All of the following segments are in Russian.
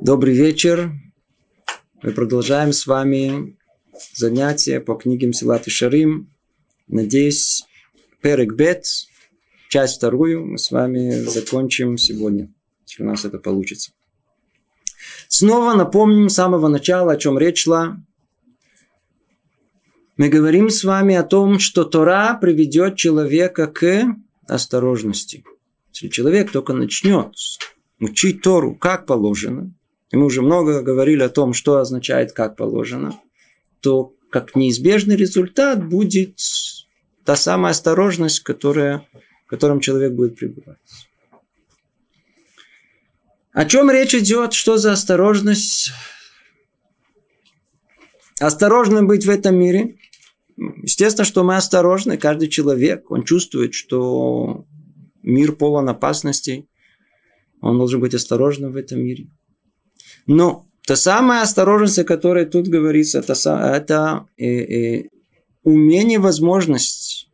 Добрый вечер. Мы продолжаем с вами занятия по книге Месилат Йешарим. Надеюсь, Перек Бет, часть вторую, мы с вами закончим сегодня, если у нас это получится. Снова напомним с самого начала, о чем речь шла. Мы говорим с вами о том, что Тора приведет человека к осторожности. Если человек только начнет учить Тору как положено, и мы уже много говорили о том, что означает как положено, то как неизбежный результат будет та самая осторожность, в котором человек будет пребывать. О чем речь идет? Что за осторожность? Осторожным быть в этом мире. Естественно, что мы осторожны. Каждый человек, он чувствует, что мир полон опасностей. Он должен быть осторожным в этом мире. Но та самая осторожность, о которой тут говорится, это умение, возможность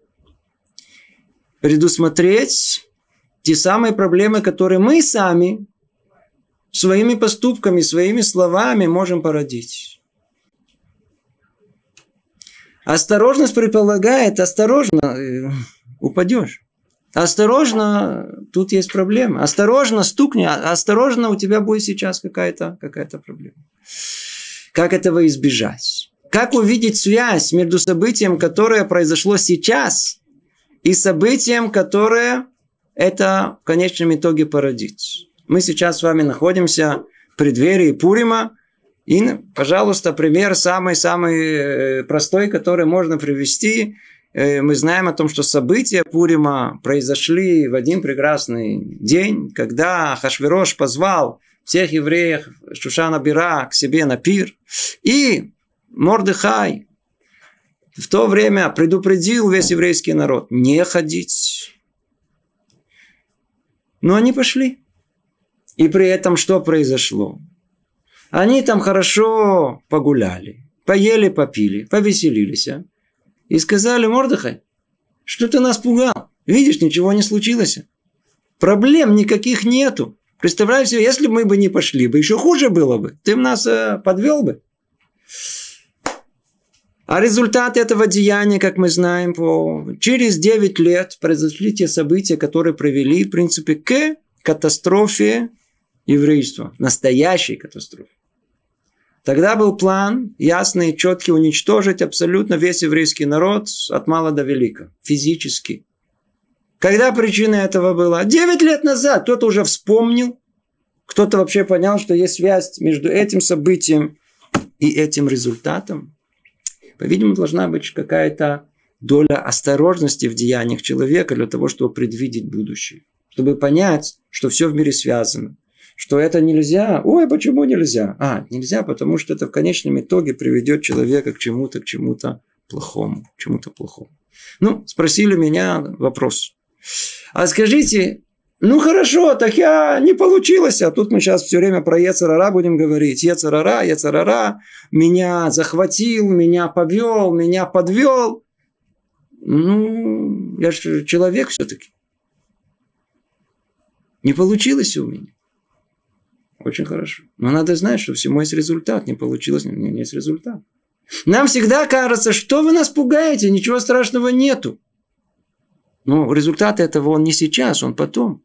предусмотреть те самые проблемы, которые мы сами своими поступками, своими словами можем породить. Осторожность предполагает, осторожно, упадешь. Осторожно, тут есть проблема. Осторожно, стукни, осторожно, у тебя будет сейчас какая-то проблема. Как этого избежать? Как увидеть связь между событием, которое произошло сейчас, и событием, которое это в конечном итоге породит? Мы сейчас с вами находимся в преддверии Пурима. И, пожалуйста, пример самый-самый простой, который можно привести. Мы знаем о том, что события Пурима произошли в один прекрасный день, когда Ахашверош позвал всех евреев Шушана Бира к себе на пир. И Мордехай в то время предупредил весь еврейский народ не ходить. Но они пошли. И при этом что произошло? Они там хорошо погуляли, поели, попили, повеселились. И сказали: Мордехай, что ты нас пугал? Видишь, ничего не случилось. Проблем никаких нету. Представляешь себе, если бы мы бы не пошли, бы еще хуже было бы. Ты нас подвел бы. А результат этого деяния, как мы знаем, через 9 лет произошли те события, которые привели, в принципе, к катастрофе еврейства. Настоящей катастрофе. Тогда был план ясный и четкий уничтожить абсолютно весь еврейский народ от мала до велика. Физически. Когда причина этого была? 9 лет назад кто-то уже вспомнил. Кто-то вообще понял, что есть связь между этим событием и этим результатом. По-видимому, должна быть какая-то доля осторожности в деяниях человека для того, чтобы предвидеть будущее. Чтобы понять, что все в мире связано. Что это нельзя. Ой, почему нельзя? Нельзя, потому что это в конечном итоге приведет человека к чему-то плохому. Спросили меня вопрос. А скажите, хорошо, так я не получилось. А тут мы сейчас все время про Йецер ара будем говорить. Йецер ара, меня захватил, меня повел, меня подвел. Я же человек все-таки. Не получилось у меня. Очень хорошо. Но надо знать, что всему есть результат. Не получилось, не есть результат. Нам всегда кажется, что вы нас пугаете, ничего страшного нету. Но результат этого он не сейчас, он потом.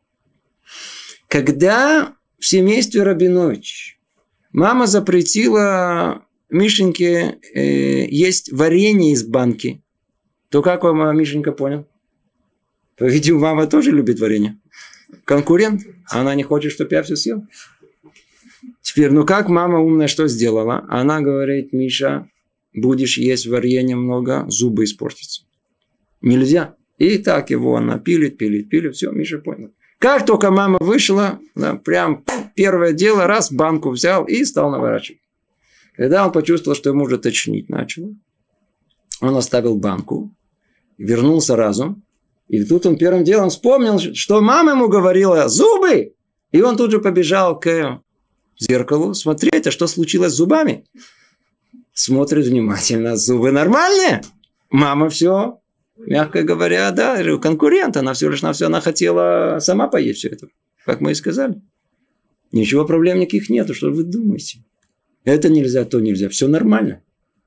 Когда в семействе Рабинович мама запретила Мишеньке есть варенье из банки, то как вам Мишенька понял? По-видимому, мама тоже любит варенье. Конкурент. Она не хочет, чтобы я все съел. Теперь, как мама умная что сделала? Она говорит: Миша, будешь есть варенье много, зубы испортятся. Нельзя. И так его она пилит. Все, Миша понял. Как только мама вышла, прям первое дело, раз банку взял и стал наворачивать. Когда он почувствовал, что ему уже тошнить начало, он оставил банку, вернулся разум. И тут он первым делом вспомнил, что мама ему говорила: зубы! И он тут же побежал к зеркалу смотреть, а что случилось с зубами. Смотрит внимательно: зубы нормальные. Мама все, мягко говоря, конкурент. Она все лишь на все, она хотела сама поесть все это. Как мы и сказали. Ничего проблем никаких нету, что вы думаете. Это нельзя, то нельзя. Все нормально.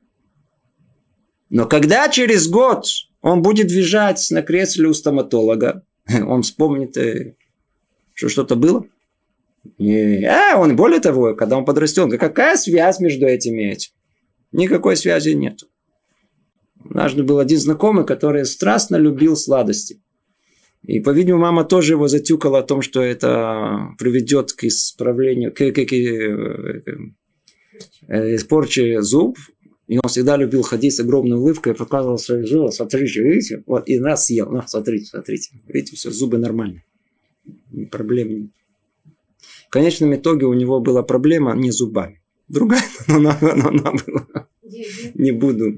Но когда через год он будет лежать на кресле у стоматолога, он вспомнит, что что-то было. Он, более того, когда он подрастет, какая связь между этими и этим? Никакой связи нет. У нас был один знакомый, который страстно любил сладости. И, по-видимому, мама тоже его затюкала о том, что это приведет к исправлению, к испорче зуб. И он всегда любил ходить с огромной улыбкой и показывал свои зубы. Смотрите, видите? Вот, и раз съел. Ну, смотрите. Видите, все, зубы нормальные. Проблем нет. В конечном итоге у него была проблема не с зубами. Другая, но она была. Не буду.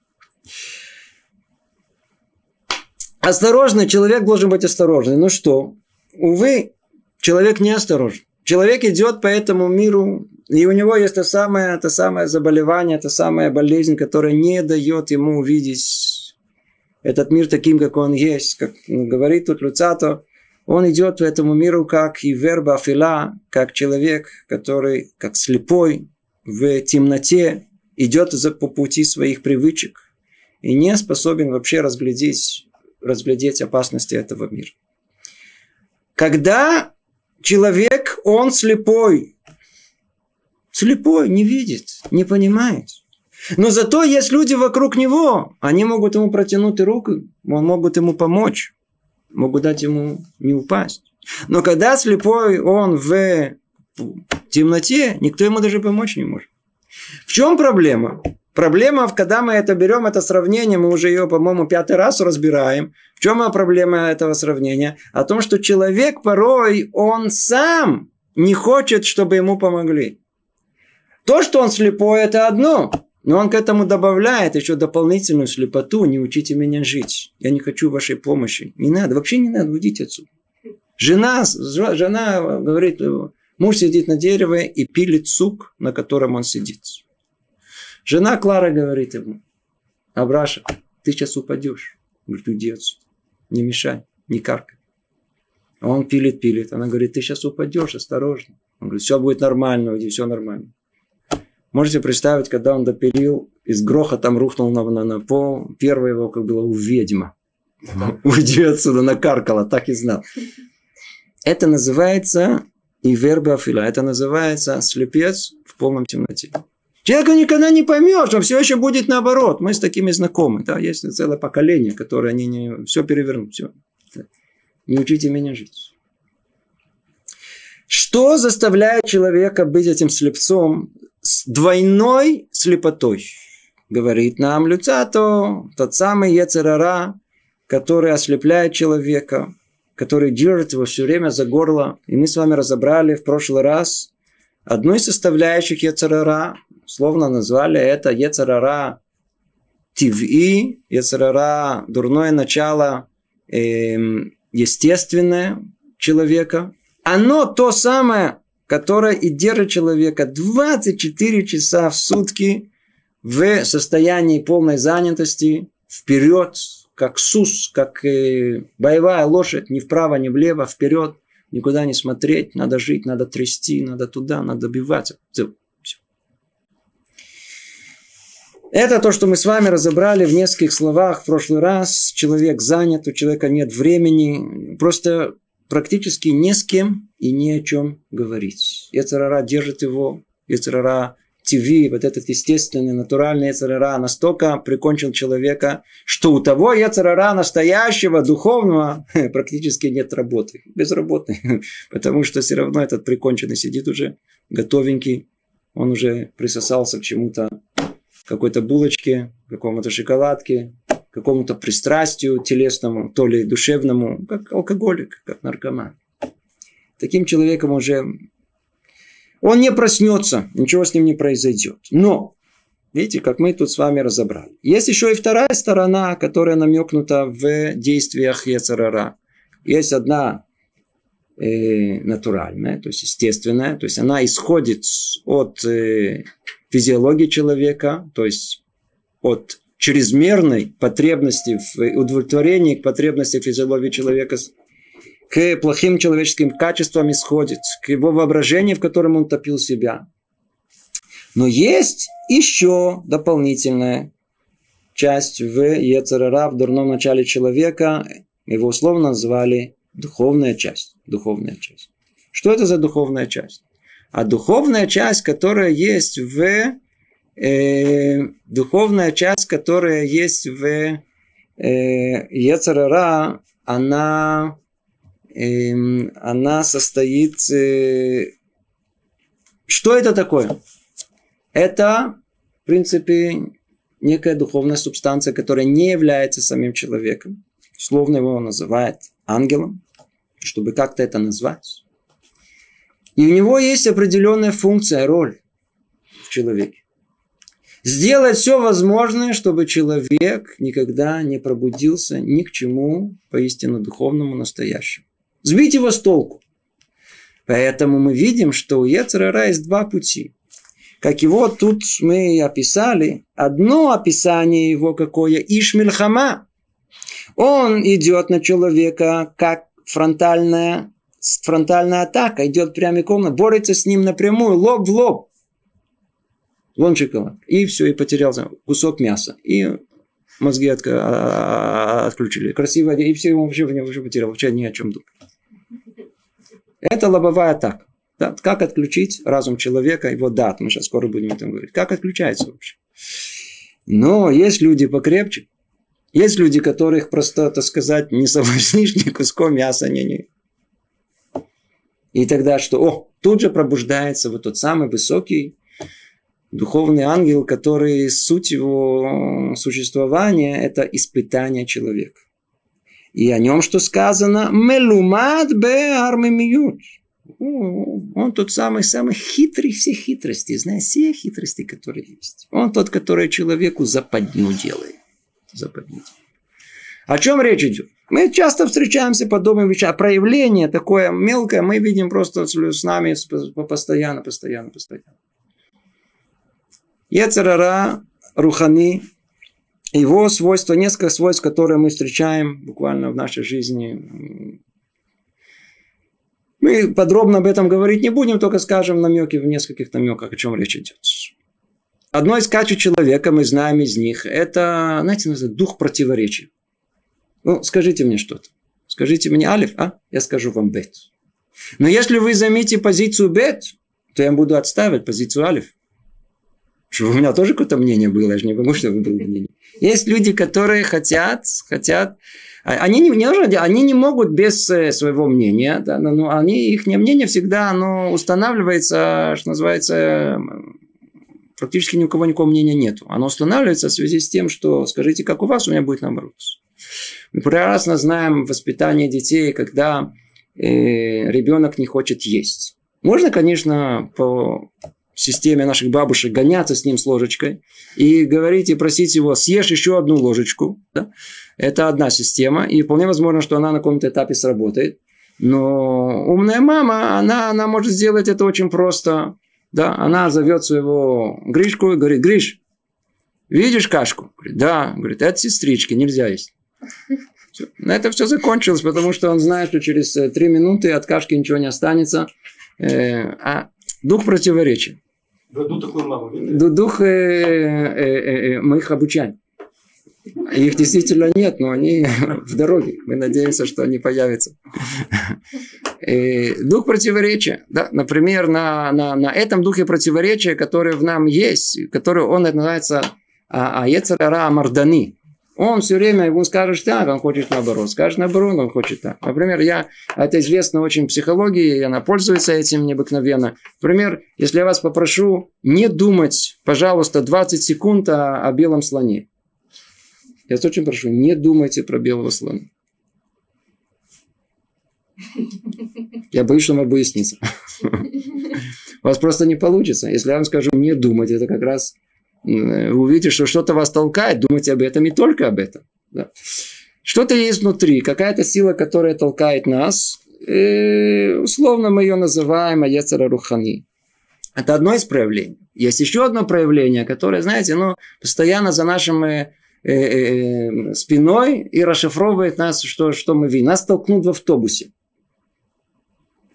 Осторожный человек должен быть осторожный. Ну что? Увы, человек не осторожен. Человек идет по этому миру, и у него есть то самое заболевание, та самая болезнь, которая не дает ему увидеть этот мир таким, как он есть. Как говорит тут Люцато, он идет по этому миру как ивер бафила, как человек, который, как слепой, в темноте, идет по пути своих привычек и не способен вообще разглядеть опасности этого мира. Когда человек, он слепой, не видит, не понимает. Но зато есть люди вокруг него, они могут ему протянуть руку, могут ему помочь, могут дать ему не упасть. Но когда слепой, он в темноте, никто ему даже помочь не может. В чем проблема? Проблема, когда мы берем это сравнение, мы уже ее, по-моему, 5-й раз разбираем. В чем проблема этого сравнения? О том, что человек порой, он сам не хочет, чтобы ему помогли. То, что он слепой, это одно. Но он к этому добавляет еще дополнительную слепоту. Не учите меня жить. Я не хочу вашей помощи. Не надо, вообще не надо, уйдите отсюда. Жена говорит, муж сидит на дереве и пилит сук, на котором он сидит. Жена Клара говорит ему, Абраша, ты сейчас упадешь. Говорит, уйди отсюда. Не мешай, не каркай. А он пилит. Она говорит, ты сейчас упадешь, осторожно. Он говорит, все будет нормально, уйди, все нормально. Можете представить, когда он допилил, и с грохотом рухнул на пол. Первое его, как было, у ведьма. Уйди отсюда, накаркала, так и знал. Это называется ивер бафила. Это называется слепец в полном темноте. Человека никогда не поймешь, он все еще будет наоборот. Мы с такими знакомы. Да? Есть целое поколение, которое они все перевернут. Все. Не учите меня жить. Что заставляет человека быть этим слепцом с двойной слепотой? Говорит нам Люцато, тот самый йецер ара, который ослепляет человека, который держит его все время за горло. И мы с вами разобрали в прошлый раз одну из составляющих йецер ара, словно назвали это йецер ара тив'i, йецер ара дурное начало, естественное человека. Оно то самое, которое и держит человека 24 часа в сутки в состоянии полной занятости, вперед, как сус, как боевая лошадь, ни вправо, ни влево, вперед, никуда не смотреть, надо жить, надо трясти, надо туда, надо добиваться. Все. Это то, что мы с вами разобрали в нескольких словах в прошлый раз. Человек занят, у человека нет времени, просто практически не с кем и ни о чем говорить. Йецер ара держит его, йецер ара тив'i, вот этот естественный, натуральный йецер ара настолько прикончил человека, что у того йецер ара настоящего, духовного, практически нет работы. Безработный. Потому что все равно этот приконченный сидит уже готовенький, он уже присосался к чему-то, какой-то булочке, какому-то шоколадке, какому-то пристрастию телесному, то ли душевному, как алкоголик, как наркоман. Таким человеком уже он не проснется, ничего с ним не произойдет. Но, видите, как мы тут с вами разобрали. Есть еще и вторая сторона, которая намекнута в действиях йецер ара. Есть одна натуральная, то есть естественная, то есть она исходит от физиологии человека, то есть от чрезмерной потребности в удовлетворении к потребностям физиологии человека. к плохим человеческим качествам исходит, к его воображению, в котором он топил себя. Но есть еще дополнительная часть в Йецер ара, в дурном начале человека. Его условно назвали духовная часть. Духовная часть. Что это за духовная часть? А духовная часть, которая есть в Йецер ара, она состоит... Что это такое? Это, в принципе, некая духовная субстанция, которая не является самим человеком. Словно его называют ангелом, чтобы как-то это назвать. И у него есть определенная функция, роль в человеке. Сделать все возможное, чтобы человек никогда не пробудился ни к чему поистину духовному настоящему. Сбить его с толку. Поэтому мы видим, что у Йецер ара есть два пути. Как его тут мы описали, одно описание его какое, Иш мильхама. Он идет на человека, как фронтальная атака, идет прямиком, борется с ним напрямую, лоб в лоб. Вон шоколад. И все, и потерял кусок мяса. И мозги отключили. Красиво, и все, он вообще потерял, вообще ни о чем думать. Это лобовая атака. Да, как отключить разум человека, его дат, мы сейчас скоро будем об этом говорить. Как отключается вообще? Но есть люди покрепче. Есть люди, которых просто, так сказать, не соблазнишь ни куском мяса, не. И тогда что? Тут же пробуждается вот тот самый высокий духовный ангел, который суть его существования – это испытание человека. И о нем что сказано? Мелумат бе армимиют. Он тот самый хитрый всех хитростей. Знаешь, все хитрости, которые есть. Он тот, который человеку западню делает. О чем речь идет? Мы часто встречаемся по подобным вещам. Проявление такое мелкое мы видим просто с нами постоянно. Йецер ара, рухани, его свойства, несколько свойств, которые мы встречаем буквально в нашей жизни. Мы подробно об этом говорить не будем, только скажем намеки в нескольких намеках, о чем речь идет. Одно из качеств человека, мы знаем из них, это, знаете, дух противоречия. Скажите мне что-то. Скажите мне алиф, я скажу вам бет. Но если вы займете позицию бет, то я буду отставить позицию алиф. Чтобы у меня тоже какое-то мнение было, я же не могу, чтобы было мнение. Есть люди, которые хотят, они не могут без своего мнения, да, но их мнение всегда устанавливается, что называется, практически ни у кого никакого мнения нету. Оно устанавливается в связи с тем, что скажите, как у вас, у меня будет наоборот. Мы прекрасно знаем воспитание детей, когда ребенок не хочет есть. Можно, конечно, по системе наших бабушек гоняться с ним с ложечкой и говорить и просить его, съешь еще одну ложечку. Да? Это одна система, и вполне возможно, что она на каком-то этапе сработает. Но умная мама, она может сделать это очень просто. Да? Она зовет своего Гришку и говорит: Гриш, видишь кашку? Говорит: да. Говорит: это сестрички, нельзя есть. Все. На это все закончилось, потому что он знает, что через 3 минуты от кашки ничего не останется. Дух противоречия. Году такую маму видели? Дух мы их обучаем. Их действительно нет, но они в дороге. Мы надеемся, что они появятся. Дух противоречия. Да? Например, на этом духе противоречия, который в нам есть, который он называется Йецер ара мардани. Он все время, ему скажешь так, он хочет наоборот. Скажешь наоборот, он хочет так. Например, это известно очень в психологии, и она пользуется этим необыкновенно. Например, если я вас попрошу не думать, пожалуйста, 20 секунд о белом слоне. Я вас очень прошу, не думайте про белого слона. Я боюсь, что могу сниться. У вас просто не получится. Если я вам скажу не думать, это как раз... Вы увидите, что что-то вас толкает, думайте об этом и только об этом. Да. Что-то есть внутри, какая-то сила, которая толкает нас. Условно мы ее называем Йецер рухани. Это одно из проявлений. Есть еще одно проявление, которое, знаете, постоянно за нашим спиной и расшифровывает нас, что мы видим. Нас толкнут в автобусе.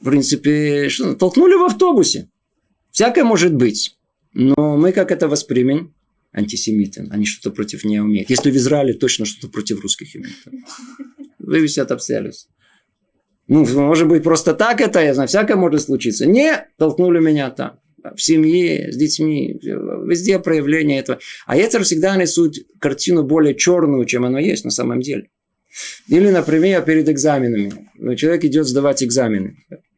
В принципе, что, толкнули в автобусе. Всякое может быть. Но мы как это воспримем? Антисемиты. Они что-то против нее умеют. Если в Израиле точно что-то против русских имеют. Зависит от обстоятельств. Может быть, просто так это, я знаю, всякое может случиться. Не, толкнули меня там. В семье, с детьми, везде проявление этого. А Йецер всегда рисует картину более черную, чем оно есть на самом деле. Или, например, перед экзаменами. Человек идет сдавать экзамены.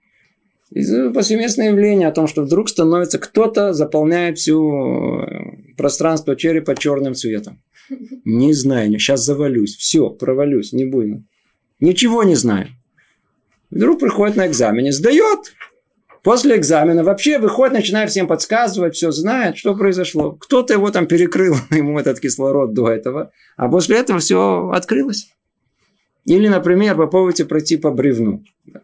И повсеместное явление о том, что вдруг становится кто-то заполняет всю пространство черепа черным цветом. Не знаю, сейчас завалюсь, все, провалюсь, не буду. Ничего не знаю. Вдруг приходит на экзамене, сдает. После экзамена вообще выходит, начинает всем подсказывать, все знает, что произошло. Кто-то его там перекрыл, ему этот кислород до этого, а после этого все открылось. Или, например, попробуйте пройти по бревну.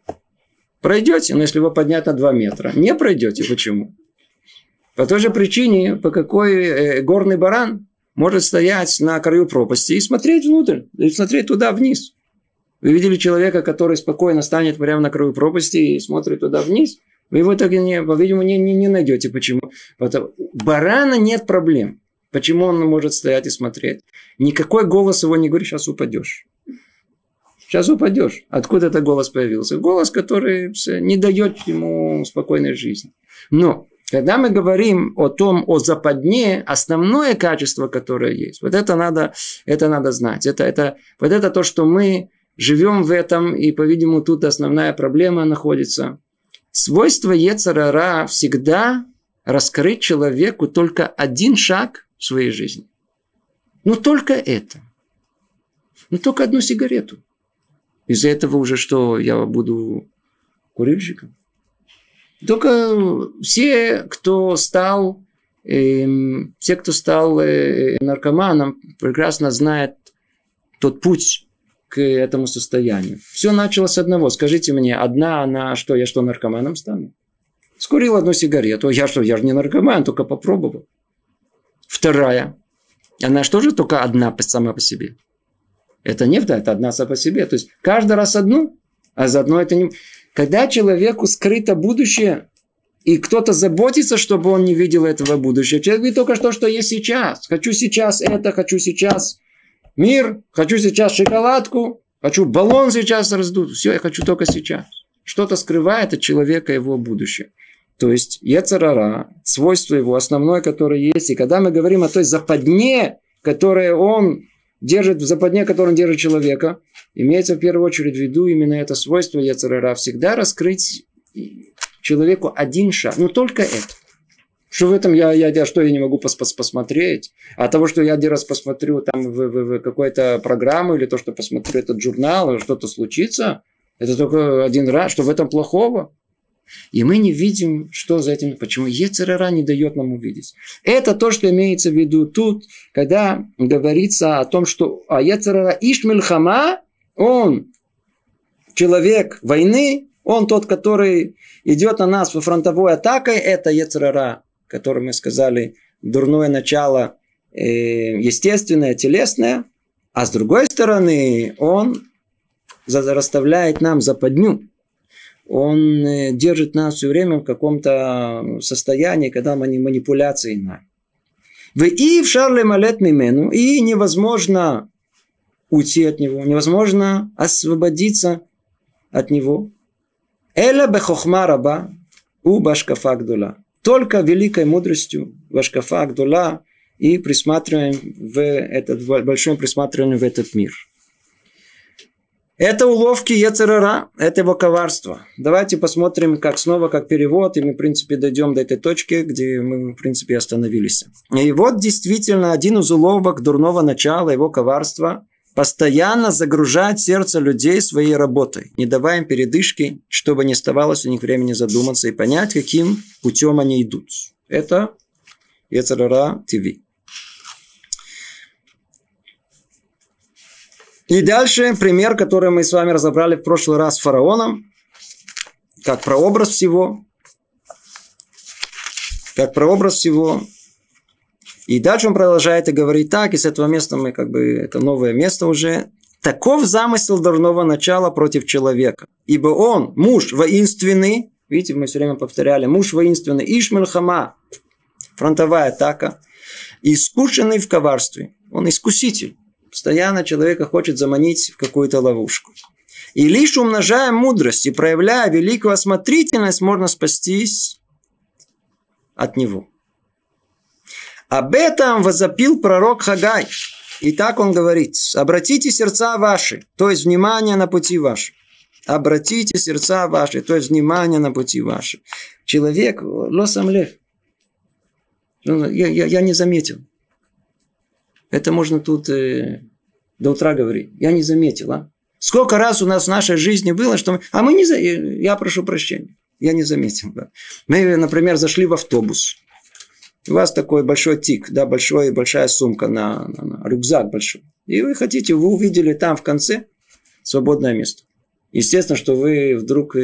Пройдете, но если его поднять на 2 метра. Не пройдете. Почему? По той же причине, по какой горный баран может стоять на краю пропасти и смотреть внутрь, и смотреть туда вниз. Вы видели человека, который спокойно станет прямо на краю пропасти и смотрит туда вниз? Вы его так, по-видимому, не найдете. Почему? Потому у барана нет проблем. Почему он может стоять и смотреть? Никакой голос его не говорит, сейчас упадешь. Сейчас упадешь. Откуда этот голос появился? Голос, который не дает ему спокойной жизни. Но, когда мы говорим о западне, основное качество, которое есть, вот это надо знать. Вот это то, что мы живем в этом, и, по-видимому, тут основная проблема находится. Свойство Йецер ара всегда раскрыть человеку только один шаг в своей жизни. Только это. Только одну сигарету. Из-за этого уже что, я буду курильщиком? Только все, кто стал наркоманом, прекрасно знают тот путь к этому состоянию. Все началось с одного. Скажите мне, одна она, что, я что, наркоманом стану? Скурил одну сигарету. Я же не наркоман, только попробовал. Вторая. Она что же только одна сама по себе? Это нефть, это одна сама по себе. То есть, каждый раз одну, а заодно это не... Когда человеку скрыто будущее, и кто-то заботится, чтобы он не видел этого будущего. Человек видит только что есть сейчас. Хочу сейчас это, хочу сейчас мир, хочу сейчас шоколадку, хочу баллон сейчас раздуть. Все, я хочу только сейчас. Что-то скрывает от человека его будущее. То есть, Йецер ара, свойство его основное, которое есть. И когда мы говорим о той западне, которое он держит, в западне, которое он держит человека, имеется в первую очередь в виду именно это свойство Йецер ара. Всегда раскрыть человеку один шаг. Только это. Что в этом я не могу посмотреть? А того, что я один раз посмотрю там в какую-то программу, или то, что посмотрю этот журнал, или что-то случится, это только один раз. Что в этом плохого? И мы не видим, что за этим, почему Йецер ара не дает нам увидеть. Это то, что имеется в виду тут, когда говорится о том, что Йецер ара иш мильхама, он человек войны, он тот, который идет на нас во фронтовой атакой, это Йецер ара, который мы сказали, дурное начало, естественное, телесное, а с другой стороны, он расставляет нам западню. Он держит нас все время в каком-то состоянии, когда мы манипуляции нами. И в шарле малет мимену, и невозможно уйти от него, невозможно освободиться от него. Эла бехохма раба у башкафа гдула. Только великой мудростью башкафа гдула и присматриваем в этот большое присматривание в этот мир. Это уловки Йецер ара, это его коварство. Давайте посмотрим, как перевод, и мы, в принципе, дойдем до этой точки, где мы, в принципе, остановились. И вот, действительно, один из уловок дурного начала, его коварства, постоянно загружать сердце людей своей работой, не давая им передышки, чтобы не оставалось у них времени задуматься и понять, каким путем они идут. Это Йецер ара ТВ. И дальше пример, который мы с вами разобрали в прошлый раз с фараоном, как прообраз всего. И дальше он продолжает и говорит так, и с этого места мы это новое место уже. Таков замысел дурного начала против человека. Ибо он, муж воинственный, видите, мы все время повторяли, муж воинственный, Иш-мельхама, фронтовая атака, искушенный в коварстве. Он искуситель. Постоянно человека хочет заманить в какую-то ловушку. И лишь умножая мудрость и проявляя великую осмотрительность, можно спастись от него. Об этом возопил пророк Хагай. И так он говорит: обратите сердца ваши, то есть внимание на пути ваши. Обратите сердца ваши, то есть внимание на пути ваши. Человек, лосам лев. Я не заметил. Это можно тут до утра говорить. Я не заметил, а? Сколько раз у нас в нашей жизни было, что мы не заметили. Я прошу прощения. Я не заметил. Да. Мы, например, зашли в автобус. У вас такой большой тик, да, большая сумка на рюкзак большой. И вы хотите, вы увидели там в конце свободное место. Естественно, что вы вдруг,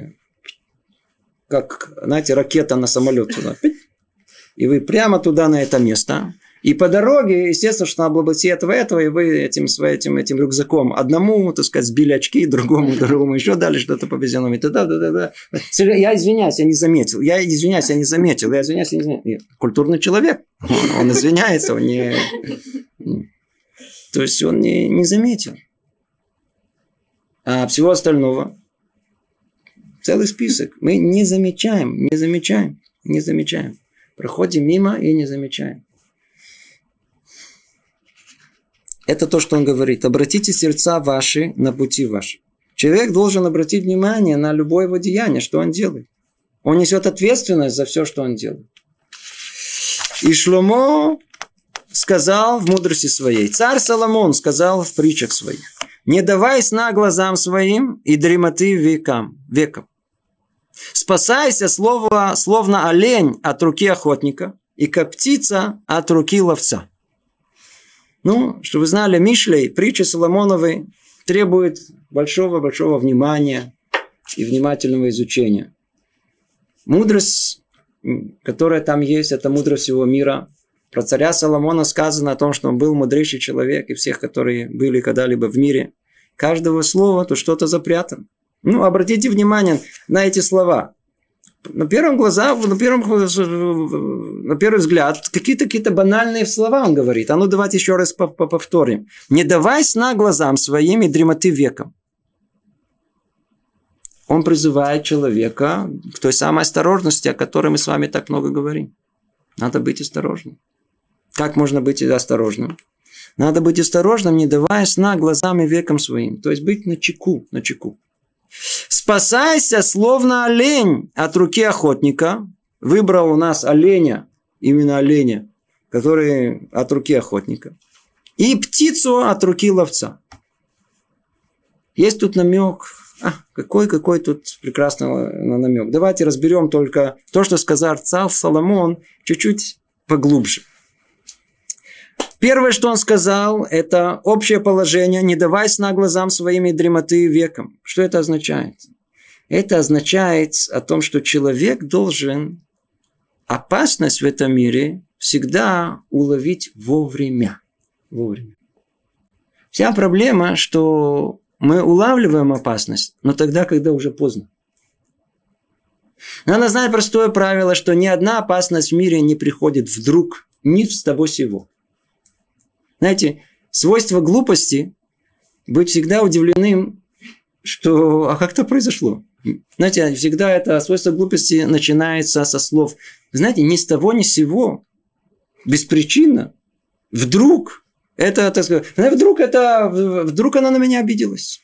как, знаете, ракета на самолет туда. И вы прямо туда, на это место. И по дороге, естественно, что надо было быть этого, и вы этим рюкзаком одному, так сказать, сбили очки, другому, еще дали что-то по физиономии. Да. Я извиняюсь, я не заметил. Культурный человек. Он извиняется, он не... То есть, он не заметил. А всего остального целый список. Мы не замечаем. Проходим мимо и не замечаем. Это то, что он говорит. Обратите сердца ваши на пути ваши. Человек должен обратить внимание на любое его деяние, что он делает. Он несет ответственность за все, что он делает. И Шломо сказал в мудрости своей. Царь Соломон сказал в притчах своих. Не давай сна глазам своим и дремоты векам. Спасайся, словно олень от руки охотника и как птица от руки ловца. Что вы знали, Мишлей, притча Соломоновой, требует большого внимания и внимательного изучения. Мудрость, которая там есть, это мудрость всего мира. Про царя Соломона сказано о том, что он был мудрейший человек и всех, которые были когда-либо в мире. Каждого слова тут что-то запрятано. Обратите внимание на эти слова. На первый взгляд, какие-то банальные слова он говорит. Давайте еще раз повторим. Не давай сна глазам своим и дремоты векам. Он призывает человека к той самой осторожности, о которой мы с вами так много говорим. Надо быть осторожным. Как можно быть осторожным? Надо быть осторожным, не давая сна глазам и векам своим. То есть быть начеку. Спасайся, словно олень от руки охотника. Выбрал у нас оленя, именно оленя, который от руки охотника. И птицу от руки ловца. Есть тут намек. Какой тут прекрасный намек. Давайте разберем только то, что сказал царь Соломон, чуть-чуть поглубже. Первое, что он сказал, это общее положение, не давай сна глазам своим и дремоты векам. Что это означает? Это означает о том, что человек должен опасность в этом мире всегда уловить вовремя. Вся проблема, что мы улавливаем опасность, но тогда, когда уже поздно. Надо знать простое правило, что ни одна опасность в мире не приходит вдруг, ни с того сего. Знаете, свойство глупости быть всегда удивленным, что как это произошло. Знаете, всегда это свойство глупости начинается со слов. Знаете, ни с того, ни с сего, беспричинно, вдруг, вдруг она на меня обиделась.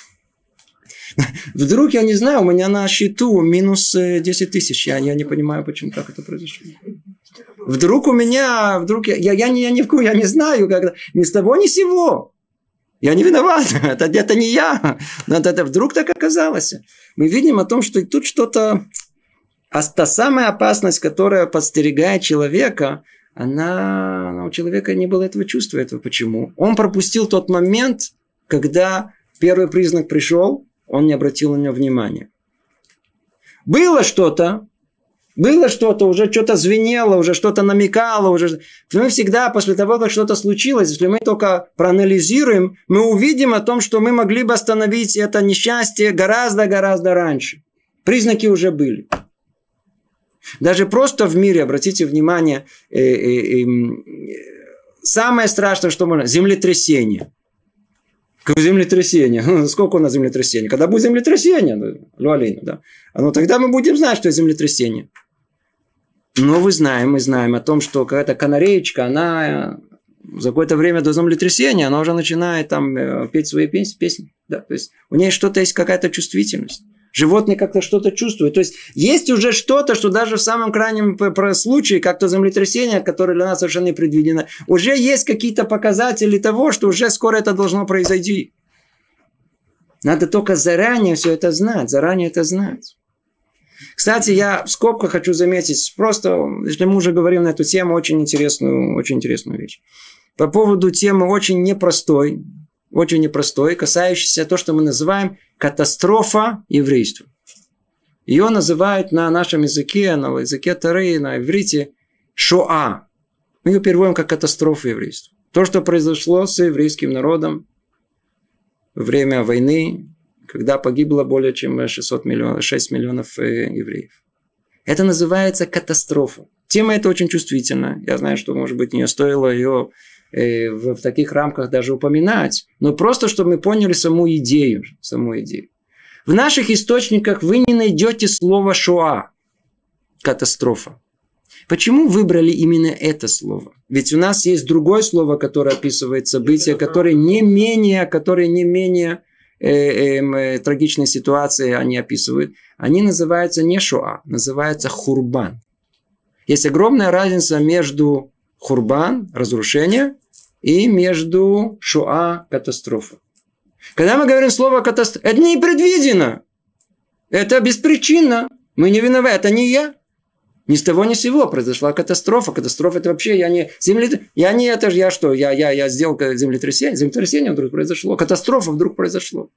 Вдруг, я не знаю, у меня на счету минус 10 тысяч. Я не понимаю, почему, как это произошло. Вдруг я не знаю, когда, ни с того, ни с сего. Я не виноват, это не я. Это вдруг так оказалось. Мы видим о том, что тут что-то... та самая опасность, которая подстерегает человека, у человека не было этого чувства. Почему? Он пропустил тот момент, когда первый признак пришел, он не обратил на него внимания. Было что-то, Было что-то, уже что-то звенело, уже что-то намекало. Уже... Мы всегда после того, как что-то случилось, если мы только проанализируем, мы увидим о том, что мы могли бы остановить это несчастье гораздо-гораздо раньше. Признаки уже были. Даже просто в мире, обратите внимание, самое страшное, что можно, землетрясение. Как землетрясение. Сколько у нас землетрясений? Когда будет землетрясение? Луалейна, да? Ну, тогда мы будем знать, что это землетрясение. Но мы знаем о том, что какая-то канареечка, она за какое-то время до землетрясения, она уже начинает там петь свои песни. Да? То есть у нее что-то есть, какая-то чувствительность. Животные как-то что-то чувствуют. То есть есть уже что-то, что даже в самом крайнем случае, как то землетрясение, которое для нас совершенно не предвидено, уже есть какие-то показатели того, что уже скоро это должно произойти. Надо только заранее все это знать. Кстати, я в скобках хочу заметить, просто, если мы уже говорим на эту тему, очень интересную вещь. По поводу темы очень непростой, касающейся того, что мы называем катастрофа еврейства. Ее называют на нашем языке, на языке Торы, на иврите, шоа. Мы ее переводим как катастрофа еврейства. То, что произошло с еврейским народом во время войны, когда погибло более чем 6 миллионов евреев. Это называется катастрофа. Тема эта очень чувствительна. Я знаю, что, может быть, не стоило ее в таких рамках даже упоминать, но просто, чтобы мы поняли саму идею. В наших источниках вы не найдете слова «шоа» – катастрофа. Почему выбрали именно это слово? Ведь у нас есть другое слово, которое описывает события, которые не менее трагичные ситуации они описывают. Они называются не шоа, называются хурбан. Есть огромная разница между хурбан, разрушение, и между шоа, катастрофа. Когда мы говорим слово катастрофа, это не предвидено. Это беспричинно. Мы не виноваты. Это не я. Ни с того ни с сего произошла катастрофа. Катастрофа это вообще я сделал землетрясение. Землетрясение вдруг произошло. Катастрофа вдруг произошло.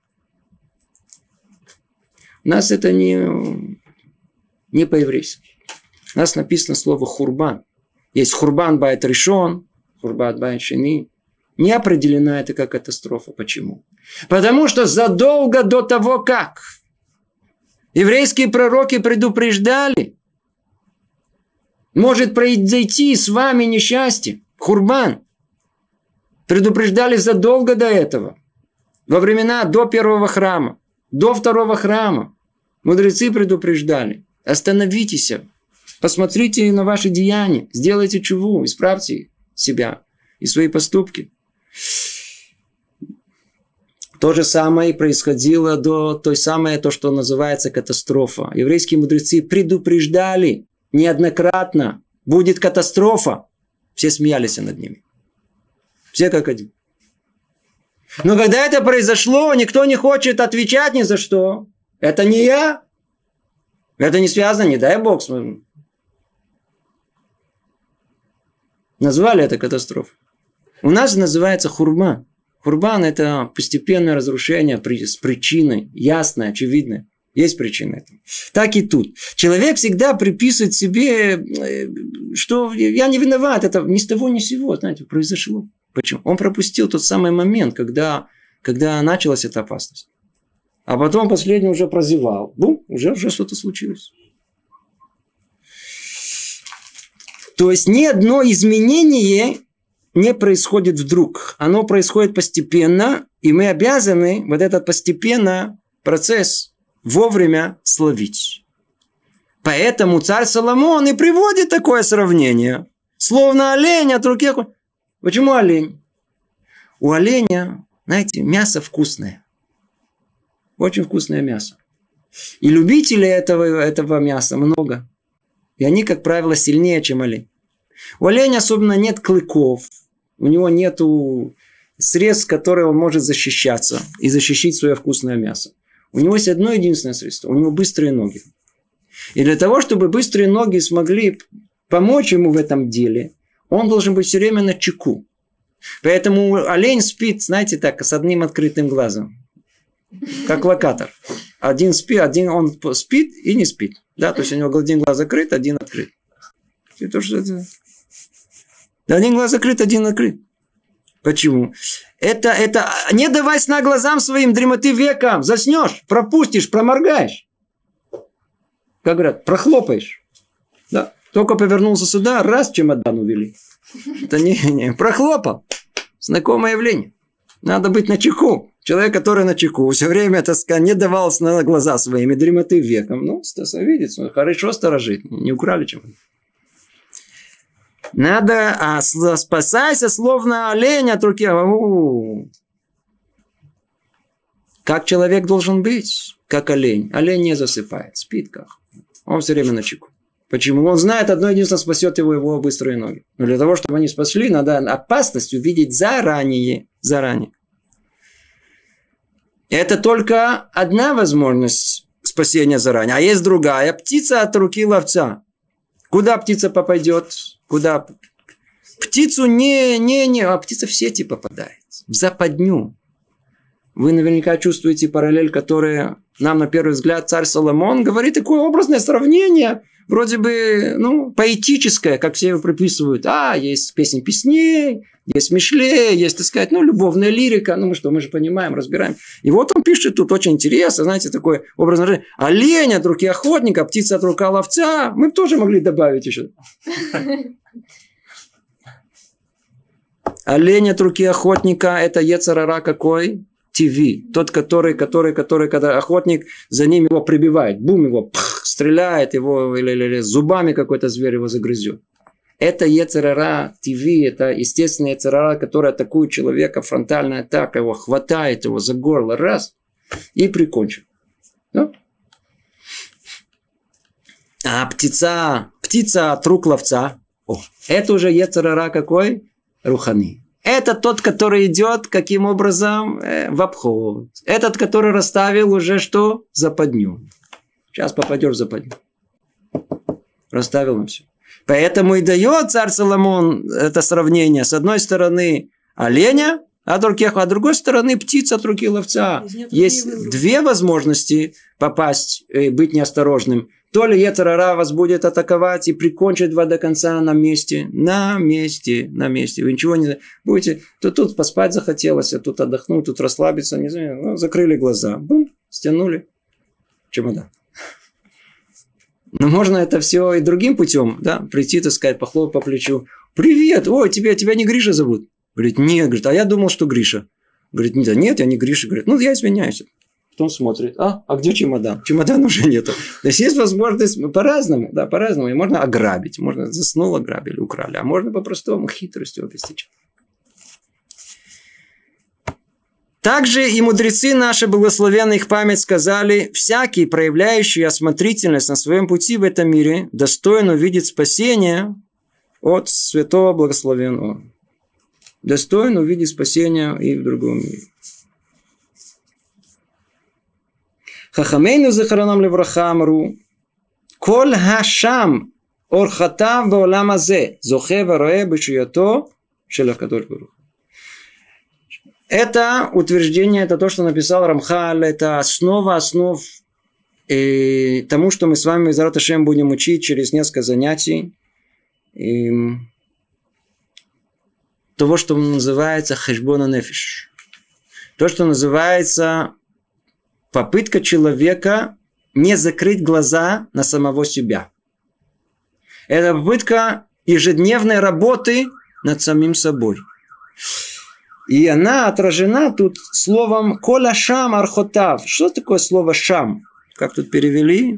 У нас это не по-еврейски. У нас написано слово хурбан. Есть хурбан байт ришон, хурбан байт шени. Не определена это как катастрофа. Почему? Потому что задолго до того, как еврейские пророки предупреждали, может произойти с вами несчастье, хурбан. Предупреждали задолго до этого. Во времена до первого храма, до второго храма. Мудрецы предупреждали. Остановитесь. Посмотрите на ваши деяния. Сделайте чуву. Исправьте себя и свои поступки. То же самое происходило до той самой, то, что называется катастрофа. Еврейские мудрецы предупреждали неоднократно. Будет катастрофа. Все смеялись над ними. Все как один. Но когда это произошло, никто не хочет отвечать ни за что. Это не я. Это не связано, не дай Бог. Назвали это катастрофой. У нас называется хурбан. Хурбан – это постепенное разрушение с причиной, ясной, очевидной. Есть причина этому. Так и тут. Человек всегда приписывает себе, что я не виноват. Это ни с того ни с сего, знаете, произошло. Почему? Он пропустил тот самый момент, когда началась эта опасность. А потом последний уже прозевал. Бум, уже что-то случилось. То есть ни одно изменение не происходит вдруг. Оно происходит постепенно, и мы обязаны вот этот постепенно процесс вовремя словить. Поэтому царь Соломон и приводит такое сравнение. Словно олень от руки. Почему олень? У оленя, знаете, мясо вкусное. Очень вкусное мясо. И любителей этого мяса много. И они, как правило, сильнее, чем олень. У оленя особенно нет клыков. У него нет средств, которые он может защищаться и защитить свое вкусное мясо. У него есть одно единственное средство. У него быстрые ноги. И для того, чтобы быстрые ноги смогли помочь ему в этом деле, он должен быть все время начеку. Поэтому олень спит, знаете, так, с одним открытым глазом. Как локатор. Один спит, один он спит и не спит. Да, то есть у него один глаз закрыт, один открыт. Это что это? Один глаз закрыт, один открыт. Почему? Это не давай сна глазам своим, дремоты веком. Заснешь, пропустишь, проморгаешь. Как говорят, прохлопаешь. Да. Только повернулся сюда, раз чемодан увели. Это не, прохлопал. Знакомое явление. Надо быть начеку. Человек, который начеку, все время, так сказать, не давал на глаза своими, дремоты веком. Ну, видит, хорошо сторожит. Не украли чего-то. Надо, спасайся, словно олень от руки. Как человек должен быть? Как олень. Олень не засыпает, спит как. Он все время начеку. Почему? Он знает, одно единственное спасет его быстрые ноги. Но для того, чтобы они спасли, надо опасность увидеть заранее. Это только одна возможность спасения заранее. А есть другая. Птица от руки ловца. Куда птица попадет? Куда? Птицу а птица в сети попадает. В западню. Вы наверняка чувствуете параллель, которая нам на первый взгляд царь Соломон говорит такое образное сравнение. Вроде бы, поэтическое, как все его приписывают. Есть песни песней, есть Мишле, есть, так сказать, любовная лирика. Мы же понимаем, разбираем. И вот он пишет тут очень интересно, знаете, такой образное выражение. Олень от руки охотника, птица от рука ловца. Мы бы тоже могли добавить еще. Олень от руки охотника, это Йецер ара какой? ТВ. Тот, который, когда охотник, за ним его прибивает. Бум, его стреляет, его или зубами какой-то зверь его загрызет. Это Йецер ара ТВ, это естественный Йецер ара, который атакует человека, фронтальная атака, его хватает его за горло, раз, и прикончит. А птица от рук ловца, это уже Йецер ара какой? Рухани. Это тот, который идет, каким образом, в обход. Этот, который расставил уже что? Западню. Сейчас попадешь в западню. Расставил нам все. Поэтому и дает царь Соломон это сравнение. С одной стороны оленя от руки, а с другой стороны птица от руки ловца. Есть две возможности попасть, быть неосторожным. То ли Йецер ара вас будет атаковать и прикончить вас до конца на месте. На месте. Вы ничего не будете. Тут поспать захотелось, а тут отдохнуть, тут расслабиться. Не знаю, закрыли глаза. Бум, стянули чемодан. Но можно это все и другим путем. Да? Прийти, так сказать, похлопать по плечу. Привет, тебя не Гриша зовут? Говорит, нет. Говорит, а я думал, что Гриша. Говорит, нет, я не Гриша. Говорит, я извиняюсь. Потом смотрит, а где чемодан? Чемодана уже нету. То есть возможность по-разному, по-разному. И можно ограбить, можно заснул, ограбили, украли. А можно по-простому хитростью обеспечить. Также и мудрецы наши, благословенная их память, сказали, всякий, проявляющий осмотрительность на своем пути в этом мире, достоин увидеть спасение от святого благословенного. Достоин увидеть спасение и в другом мире. Хахамейну захаранам левраха амру, коль хашам орхатав баолам азе, зохе вароэ бешуято шел акадош барух. Это утверждение, это то, что написал Рамхаль, это основа основ тому, что мы с вами Ме'езрат Ашем будем учить через несколько занятий. Того, что называется хешбон анефиш. То, что называется попытка человека не закрыть глаза на самого себя. Это попытка ежедневной работы над самим собой. И она отражена тут словом «коля шам архотав». Что такое слово «шам»? Как тут перевели?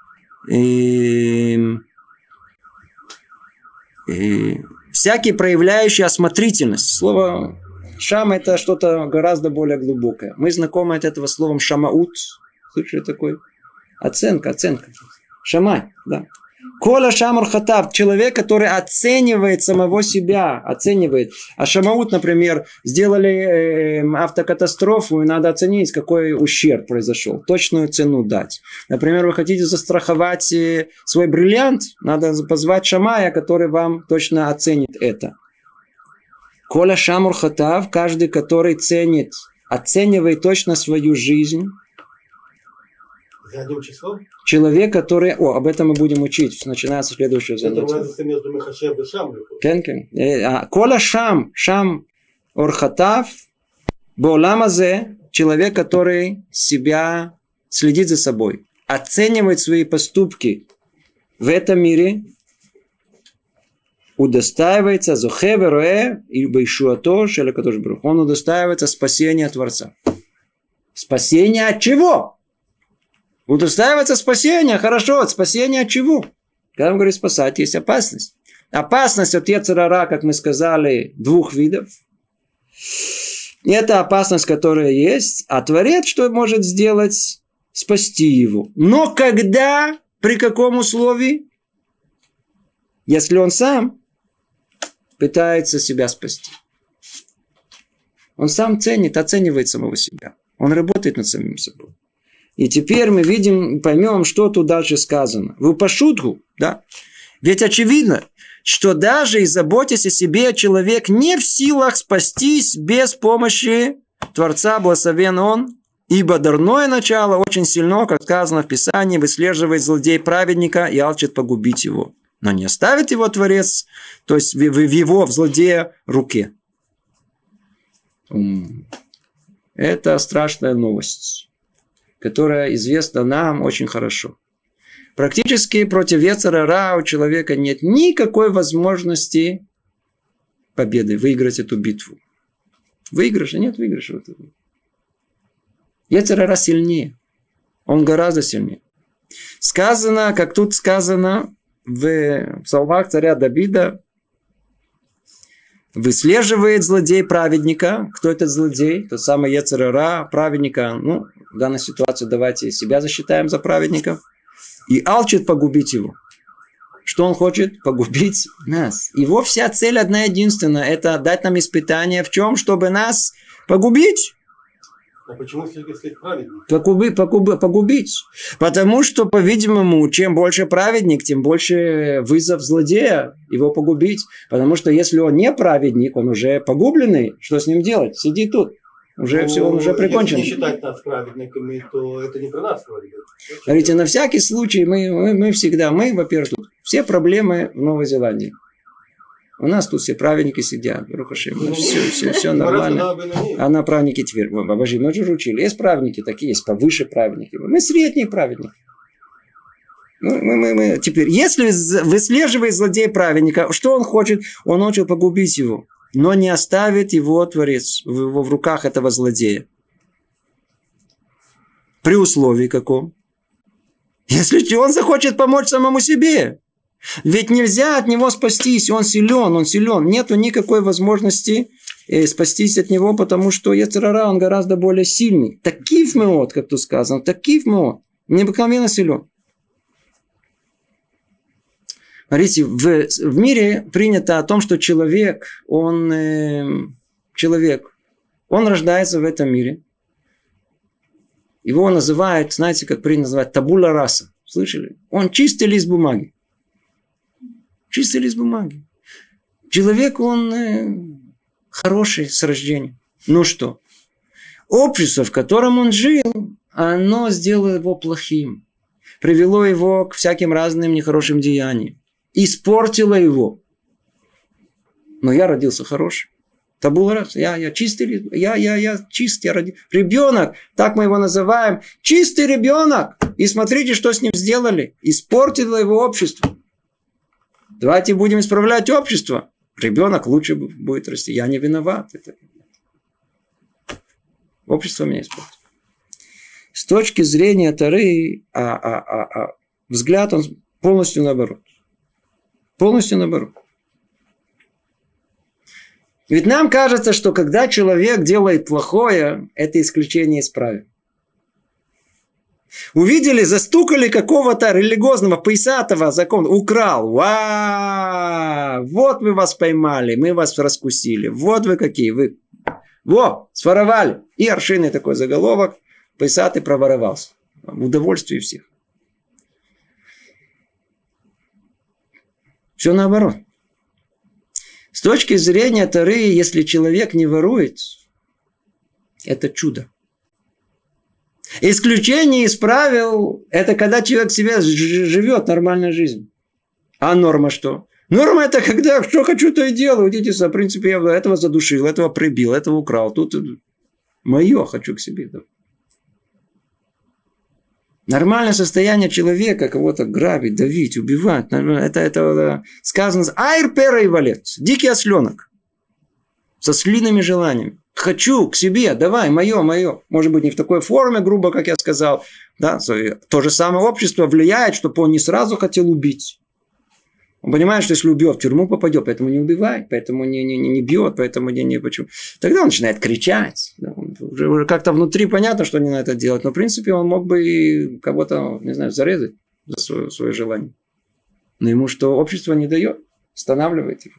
Всякий проявляющий осмотрительность. Слово «шам» – это что-то гораздо более глубокое. Мы знакомы от этого словом «шамаут». Слышали такое? Оценка. Шамай, да. Коля шамар хатав, человек, который оценивает самого себя, оценивает. А шамаут, например, сделали автокатастрофу, и надо оценить, какой ущерб произошел, точную цену дать. Например, вы хотите застраховать свой бриллиант, надо позвать шамая, который вам точно оценит это. Коля шамар хатав, каждый, который оценивает точно свою жизнь. Задним числом? Человек, который... об этом мы будем учить, начиная со следующего Это занятия. разница между Мехашев и Шам. Кола Шам, Шам Орхатав, Боламазе, человек, который себя следит за собой, оценивает свои поступки в этом мире, удостаивается Зохе Вероэ и Бейшуато Шелакадош Барух. Он удостаивается спасения Творца. Спасение от чего? Удостаивается спасения. Хорошо, от спасения от чего? Когда мы говорим спасать, есть опасность. Опасность от Йецер ара, как мы сказали, двух видов. Это опасность, которая есть, а Творец что может сделать? Спасти его. Но когда, при каком условии? Если он сам пытается себя спасти. Он сам оценивает самого себя. Он работает над самим собой. И теперь мы видим, поймем, что тут дальше сказано. Вы по шутку, да? Ведь очевидно, что даже и заботясь о себе, человек не в силах спастись без помощи Творца, благословен Он, ибо дурное начало очень сильно, как сказано в Писании, выслеживает злодей праведника и алчит погубить его. Но не оставит его Творец, то есть в злодея руке. Это страшная новость, которая известна нам очень хорошо. Практически против Йецер ара у человека нет никакой возможности победы, выиграть эту битву. Выигрыша, нет выигрыша. Йецер ара сильнее. Он гораздо сильнее. Сказано, как тут сказано в псалмах царя Давида, выслеживает злодей праведника. Кто этот злодей? Тот самый Йецер ара, праведника. В данной ситуации давайте себя засчитаем за праведников. И алчит погубить его. Что он хочет? Погубить нас. Его вся цель одна единственная. Это дать нам испытание в чем? Чтобы нас погубить. А почему если праведник? Погубить. Потому что, по-видимому, чем больше праведник, тем больше вызов злодея его погубить. Потому что если он не праведник, он уже погубленный, что с ним делать? Сиди тут. Уже все, он уже прикончен. Если не считать нас праведниками, то это не про нас говорит. Смотрите, на всякий случай мы всегда, во-первых, тут все проблемы в Новой Зеландии. У нас тут все праведники сидят. Все нормально. А на праведники теперь. Бабажи, мы же учили. Есть праведники такие, есть повыше праведники. Мы средние праведники. Мы теперь, если выслеживает злодей праведника, что он хочет? Он хочет погубить его. Но не оставит его Творец в руках этого злодея. При условии каком? Если он захочет помочь самому себе. Ведь нельзя от него спастись. Он силен. Нету никакой возможности спастись от него, потому что Йецер ара, он гораздо более сильный. Такив меот, как тут сказано. Такив меот. Необыкновенно силен. Смотрите, в мире принято о том, что человек, он рождается в этом мире. Его называют, знаете, как принято называть, табула раса. Слышали? Он чистый лист бумаги. Чистый лист бумаги. Человек, он хороший с рождения. Ну что? Общество, в котором он жил, оно сделало его плохим. Привело его к всяким разным нехорошим деяниям. Испортила его. Но я родился хороший. Табула раса. Я чистый. Я чист. Я родился. Ребенок. Так мы его называем. Чистый ребенок. И смотрите, что с ним сделали. Испортило его общество. Давайте будем исправлять общество. Ребенок лучше будет расти. Я не виноват. Общество меня испортило. С точки зрения Торы, взгляд он полностью наоборот. Полностью наоборот. Ведь нам кажется, что когда человек делает плохое, это исключение из правил. Увидели, застукали какого-то религиозного, пейсатого закона, украл. Вот мы вас поймали, мы вас раскусили. Вот вы какие, вы. Своровали. И аршинный такой заголовок, пейсатый проворовался. В удовольствии всех. Все наоборот. С точки зрения Торы, если человек не ворует, это чудо. Исключение из правил – это когда человек себе живет нормальной жизнью. А норма что? Норма – это когда что хочу, то и делаю. Идите, в принципе, я этого задушил, этого прибил, этого украл. Тут мое хочу к себе. Нормальное состояние человека, кого-то грабить, давить, убивать. Это сказано «Айр пера и валец» – дикий осленок. Со слиными желаниями. Хочу к себе, давай, мое. Может быть, не в такой форме, грубо, как я сказал. Да? То же самое общество влияет, чтобы он не сразу хотел убить. Он понимает, что если убьет, в тюрьму попадет, поэтому не убивает, поэтому не бьет, поэтому не почему. Тогда он начинает кричать. Да? Уже как-то внутри понятно, что не надо это делать. Но, в принципе, он мог бы и кого-то, не знаю, зарезать за свое желание. Но ему что общество не дает, останавливает его.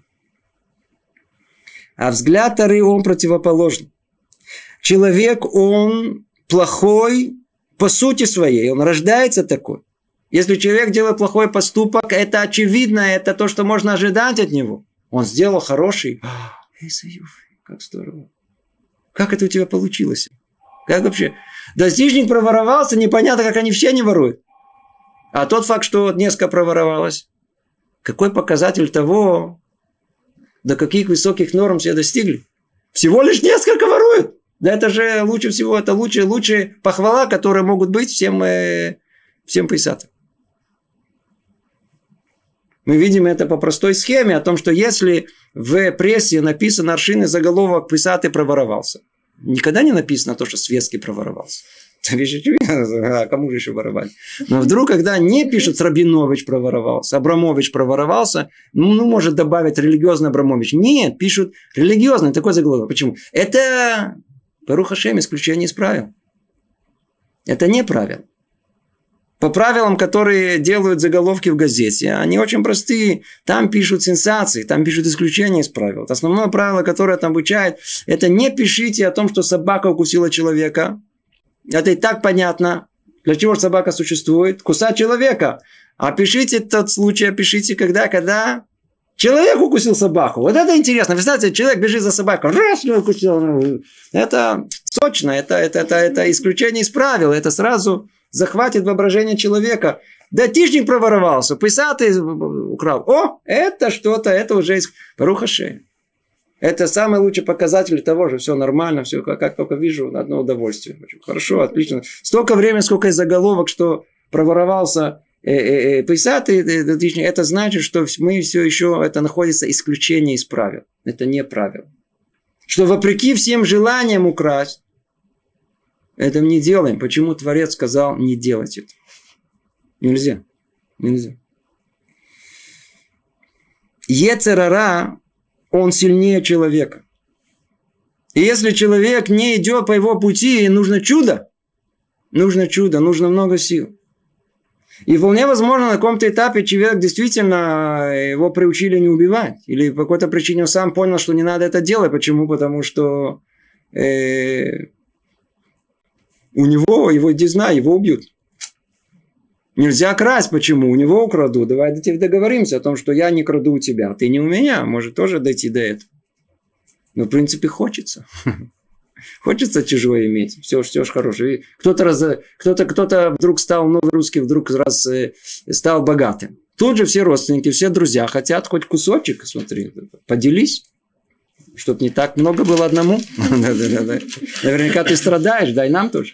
А взгляд Торы, он противоположный. Человек, он плохой по сути своей, он рождается такой. Если человек делает плохой поступок, это очевидно, это то, что можно ожидать от него. Он сделал хороший. Как здорово. Как это у тебя получилось? Как вообще? Достижник проворовался, непонятно, как они все не воруют. А тот факт, что несколько проворовалось, какой показатель того, до каких высоких норм все достигли? Всего лишь несколько воруют. Да это же лучше всего, это лучшая похвала, которые могут быть всем пейсатам. Мы видим это по простой схеме о том, что если в прессе написано аршинный заголовок «Пейсатый проворовался», никогда не написано то, что Светский проворовался. Это вещь очевидна. А кому же еще воровать? Но вдруг, когда не пишут «Рабинович проворовался», «Абрамович проворовался», может добавить «религиозный Абрамович». Нет, пишут «религиозный». Такой заголовок. Почему? Это, Барух Ашем, исключение из правил. Это не правило. По правилам, которые делают заголовки в газете, они очень простые. Там пишут сенсации, там пишут исключения из правил. Основное правило, которое там обучает, это не пишите о том, что собака укусила человека. Это и так понятно. Для чего же собака существует? Кусать человека. А пишите тот случай, пишите когда человек укусил собаку. Вот это интересно. Представьте, человек бежит за собакой. Раз, укусил. Это сочно. Это исключение из правил. Это сразу захватит воображение человека. Датишник проворовался. Писатый украл. О, это что-то. Это уже из Барух Ашем. Это самый лучший показатель того, что все нормально, все как только вижу, одно удовольствие. Хорошо, отлично. Столько времени, сколько есть заголовок, что проворовался писатый, это значит, что мы все еще, это находится исключение из правил. Это не правило. Что вопреки всем желаниям украсть, это не делаем. Почему Творец сказал не делать это? Нельзя. Йецер ара, он сильнее человека. И если человек не идет по его пути, нужно чудо, нужно много сил. И вполне возможно, на каком-то этапе человек действительно его приучили не убивать. Или по какой-то причине он сам понял, что не надо это делать. Почему? Потому что у него, его убьют. Нельзя красть. Почему? У него украду. Давай договоримся о том, что я не краду у тебя. Ты не у меня. Может тоже дойти до этого. Но в принципе хочется. Хочется чужое иметь. Все ж хорошее. Кто-то вдруг стал, новый русский вдруг раз стал богатым. Тут же все родственники, все друзья хотят хоть кусочек. Смотри, поделись. Чтоб не так много было одному. Наверняка ты страдаешь. Дай нам тоже.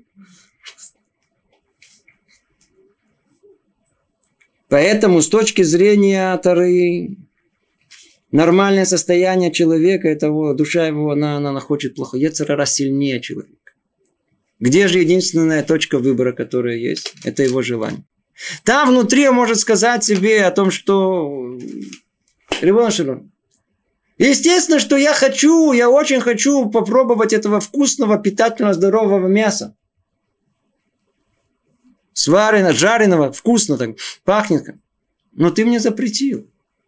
Поэтому с точки зрения Торы, нормальное состояние человека, это душа его, она хочет плохо. Йецер ара сильнее человека. Где же единственная точка выбора, которая есть? Это его желание. Там внутри он может сказать себе о том, что Рибоно шель олам, естественно, что я очень хочу попробовать этого вкусного, питательного, здорового мяса. Сварено, жареного, вкусно так, пахнет. Но ты мне запретил.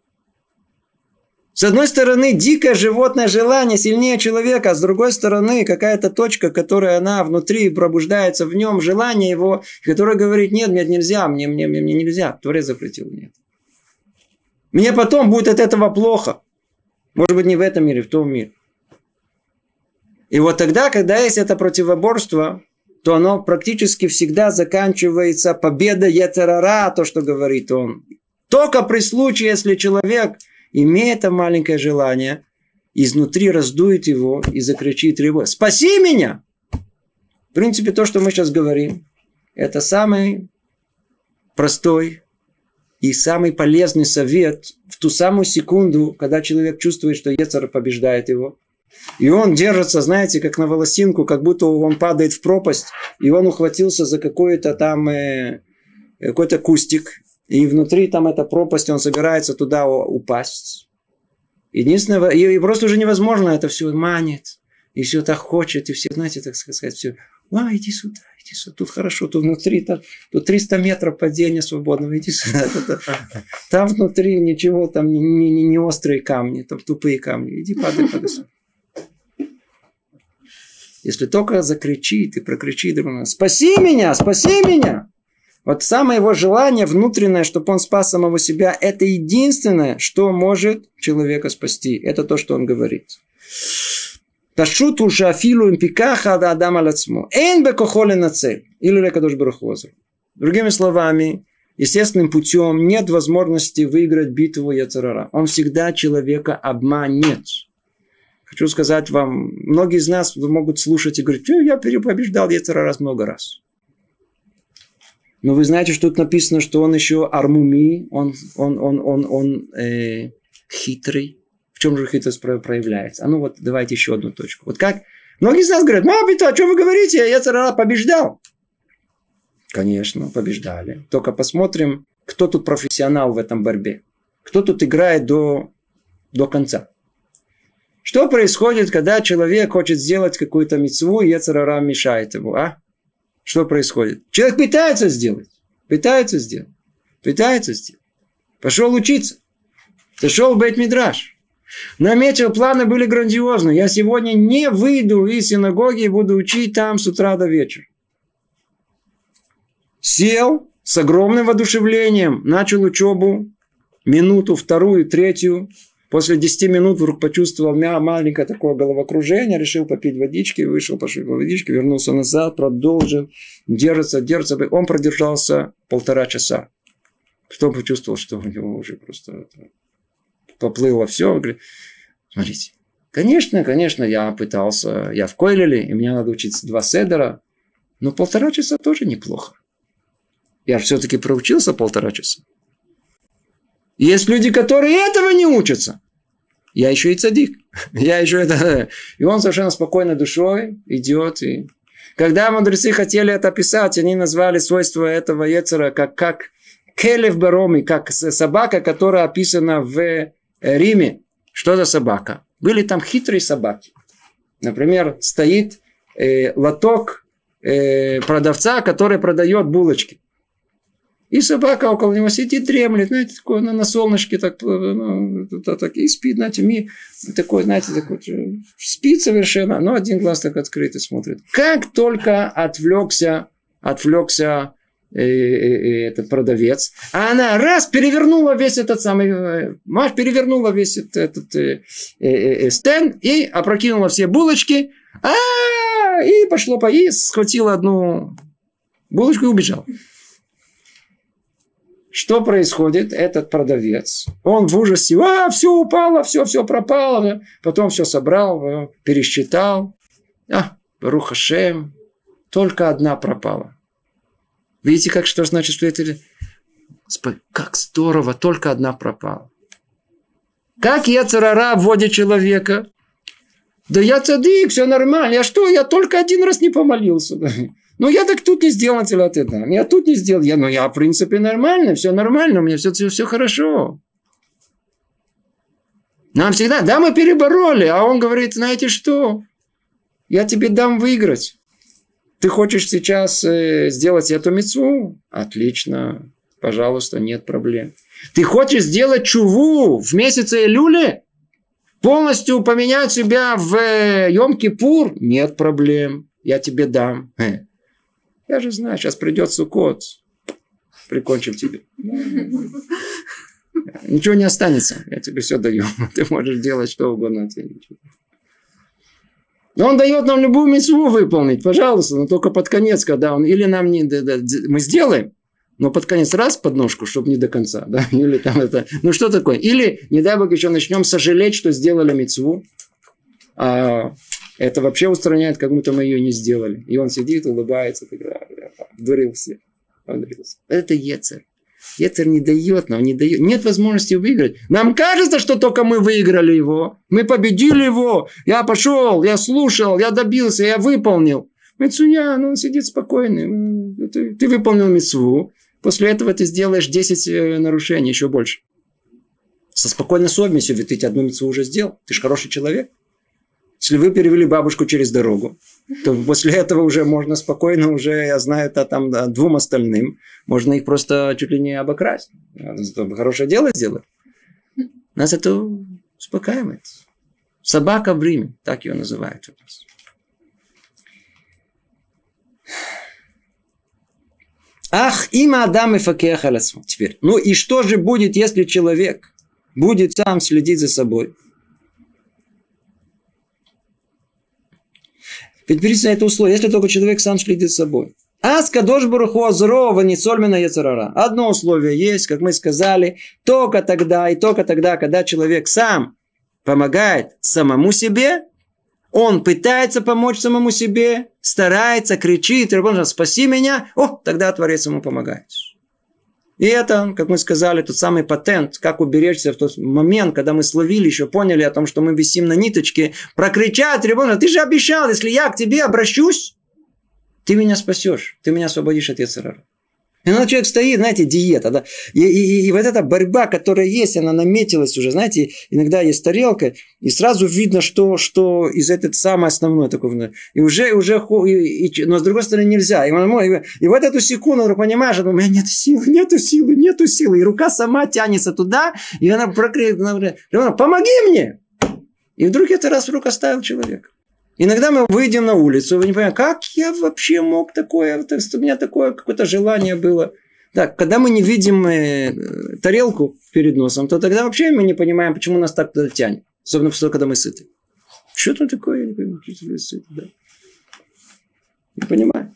С одной стороны, дикое животное желание сильнее человека, а с другой стороны, какая-то точка, которая она внутри пробуждается в нем, желание его, которое говорит, нет, нельзя, мне нельзя. Творец запретил, нет. Мне потом будет от этого плохо. Может быть, не в этом мире, в том мире. И вот тогда, когда есть это противоборство, то оно практически всегда заканчивается победой йецер ара, то, что говорит он. Только при случае, если человек, имея это маленькое желание, изнутри раздует его и закричит его: «Спаси меня!» В принципе, то, что мы сейчас говорим, это самый простой и самый полезный совет в ту самую секунду, когда человек чувствует, что йецер побеждает его. И он держится, знаете, как на волосинку, как будто он падает в пропасть, и он ухватился за какой-то там какой-то кустик, и внутри там эта пропасть, он собирается туда упасть. Единственное, и просто уже невозможно, это все манит, и все так хочет, и все, знаете, так сказать, все: иди сюда, тут хорошо, тут внутри, тут 300 метров падения свободного, иди сюда. Там внутри ничего, там не острые камни, там тупые камни, иди падай сюда. Если только закричит и прокричит: «Спаси меня, спаси меня!» Вот самое его желание внутреннее, чтобы он спас самого себя, это единственное, что может человека спасти. Это то, что он говорит. Пашут уже афилу импикаха да адам алацмо. Эн бекохоле на цель. Или лекадош барахоза. Другими словами, естественным путем нет возможности выиграть битву йецер ара. Он всегда человека обманет. Хочу сказать вам, многие из нас могут слушать и говорить: я побеждал йецер ара много раз. Но вы знаете, что тут написано, что он еще армуми, он хитрый. В чем же хитрость проявляется? Вот давайте еще одну точку. Вот как многие из нас говорят: а что вы говорите, йецер ара побеждал? Конечно, побеждали. Только посмотрим, кто тут профессионал в этом борьбе. Кто тут играет до конца. Что происходит, когда человек хочет сделать какую-то мицву, и йецер ара мешает ему, Что происходит? Человек пытается сделать. Пошел учиться. Зашел в бейт-мидраш. Наметил, планы были грандиозные. Я сегодня не выйду из синагоги и буду учить там с утра до вечера. Сел с огромным воодушевлением, начал учебу. Минуту, вторую, третью. После 10 минут вдруг почувствовал маленькое такое головокружение, решил попить водички, вышел, пошел по водичке, вернулся назад, продолжил, держится. Он продержался 1,5 часа. Потом почувствовал, что у него уже просто поплыло все. Говорит: смотрите, конечно, я пытался, я в Койлеле, и мне надо учиться 2 седера, но 1,5 часа тоже неплохо. Я все-таки проучился 1,5 часа. Есть люди, которые этого не учатся. Я еще и цадик. И он совершенно спокойной душой идет. И... Когда мудрецы хотели это описать, они назвали свойства этого йецера как келев бароми, как собака, которая описана в Риме. Что за собака? Были там хитрые собаки. Например, стоит лоток продавца, который продает булочки. И собака около него сидит, дремлет, знаете, такой, на солнышке так и спит, знаете, такой, спит совершенно, но один глаз так открыт и смотрит. Как только отвлекся этот продавец, а она раз перевернула весь этот стенд и опрокинула все булочки, и пошло поесть, схватила одну булочку и убежала. Что происходит? Этот продавец, он в ужасе: все упало, все пропало. Потом все собрал, пересчитал. Барух Ашем, только одна пропала. Видите, что значит, что это... Как здорово, только одна пропала. Как йецер ара вводит человека? Да я цадик, все нормально. Я только 1 раз не помолился. Я так тут не сделал, я тут не сделал. Я в принципе нормально, все нормально, у меня все хорошо. Нам всегда, мы перебороли, а он говорит: знаете что, я тебе дам выиграть. Ты хочешь сейчас сделать эту мицву? Отлично, пожалуйста, нет проблем. Ты хочешь сделать чуву в месяце Элюле? Полностью поменять себя в Йом-Кипур? Нет проблем, я тебе дам. Я же знаю, сейчас придет Суккот, прикончим тебя. Ничего не останется, я тебе все даю. Ты можешь делать что угодно. Но он дает нам любую мицву выполнить, пожалуйста, но только под конец, когда он, или нам не, мы сделаем, но под конец раз подножку, чтобы не до конца, да, или там это, ну что такое, или, не дай Бог, еще начнем сожалеть, что сделали мицву, а это вообще устраняет, как будто мы ее не сделали, и он сидит, улыбается, дурился. Это Ецер. Ецер не дает нам, не дает. Нет возможности выиграть. Нам кажется, что только мы выиграли его. Мы победили его. Я пошел, я слушал, я добился, я выполнил. Мицуя, он сидит спокойный. Ты выполнил мицву. После этого ты сделаешь 10 нарушений, еще больше. Со спокойной совестью, ведь ты одну мицву уже сделал. Ты же хороший человек. Если вы перевели бабушку через дорогу, то после этого уже можно спокойно, уже, я знаю, это там 2 остальным, можно их просто чуть ли не обокрасть. Хорошее дело сделать. Нас это успокаивает. Собака в Риме, так ее называют. Ах, има Адам и факех аль-асмо. Теперь, ну и что же будет, если человек будет сам следить за собой? Ведь берите на это условие, если только человек сам следит за собой. Аз кадош баруху азро ванисольмена яцерара. Одно условие есть, как мы сказали, только тогда и только тогда, когда человек сам помогает самому себе, он пытается помочь самому себе, старается, кричит, спаси меня, тогда Творец ему помогает. И это, как мы сказали, тот самый патент, как уберечься в тот момент, когда мы словили, еще поняли о том, что мы висим на ниточке, прокричать, ребенок, ты же обещал, если я к тебе обращусь, ты меня спасешь, ты меня освободишь от Ецер-ара. И человек стоит, знаете, диета, да, и вот эта борьба, которая есть, она наметилась уже, знаете, иногда есть тарелка, и сразу видно, что из этого самое основное такое, и уже, но с другой стороны нельзя, и вот эту секунду ты понимаешь, что у меня нет силы, и рука сама тянется туда, и она прокричит, помоги мне, и вдруг это раз вдруг оставил человек. Иногда мы выйдем на улицу, вы не понимаете, как я вообще мог такое, у меня такое какое-то желание было. Так, когда мы не видим тарелку перед носом, то тогда вообще мы не понимаем, почему нас так туда тянет. Особенно после того, когда мы сыты. Что там такое, я не понимаю, что ты сыты, да? Не понимаю.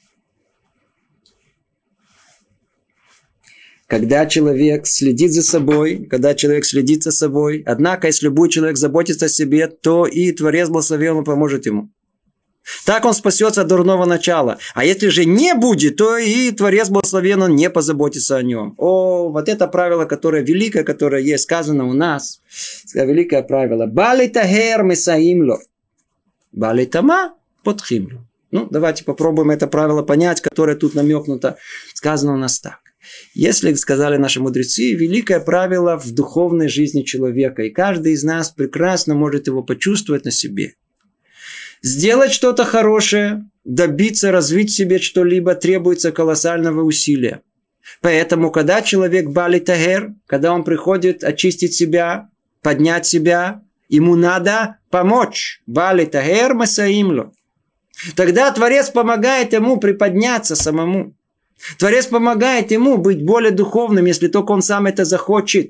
Когда человек следит за собой, однако, если любой человек заботится о себе, то и Творец благословен поможет ему. Так он спасется от дурного начала. А если же не будет, то и Творец благословен, он не позаботится о нем. Вот это правило, которое великое, которое есть сказано у нас. Великое правило. Бали тахер месаимло. Бали тама подхимло. Давайте попробуем это правило понять, которое тут намекнуто. Сказано у нас так. Если, сказали наши мудрецы, великое правило в духовной жизни человека, и каждый из нас прекрасно может его почувствовать на себе. Сделать что-то хорошее, добиться, развить в себе что-либо требуется колоссального усилия. Поэтому, когда человек бали тагер, когда он приходит очистить себя, поднять себя, ему надо помочь. Бали тагер масаимло. Тогда Творец помогает ему приподняться самому. Творец помогает ему быть более духовным, если только он сам это захочет.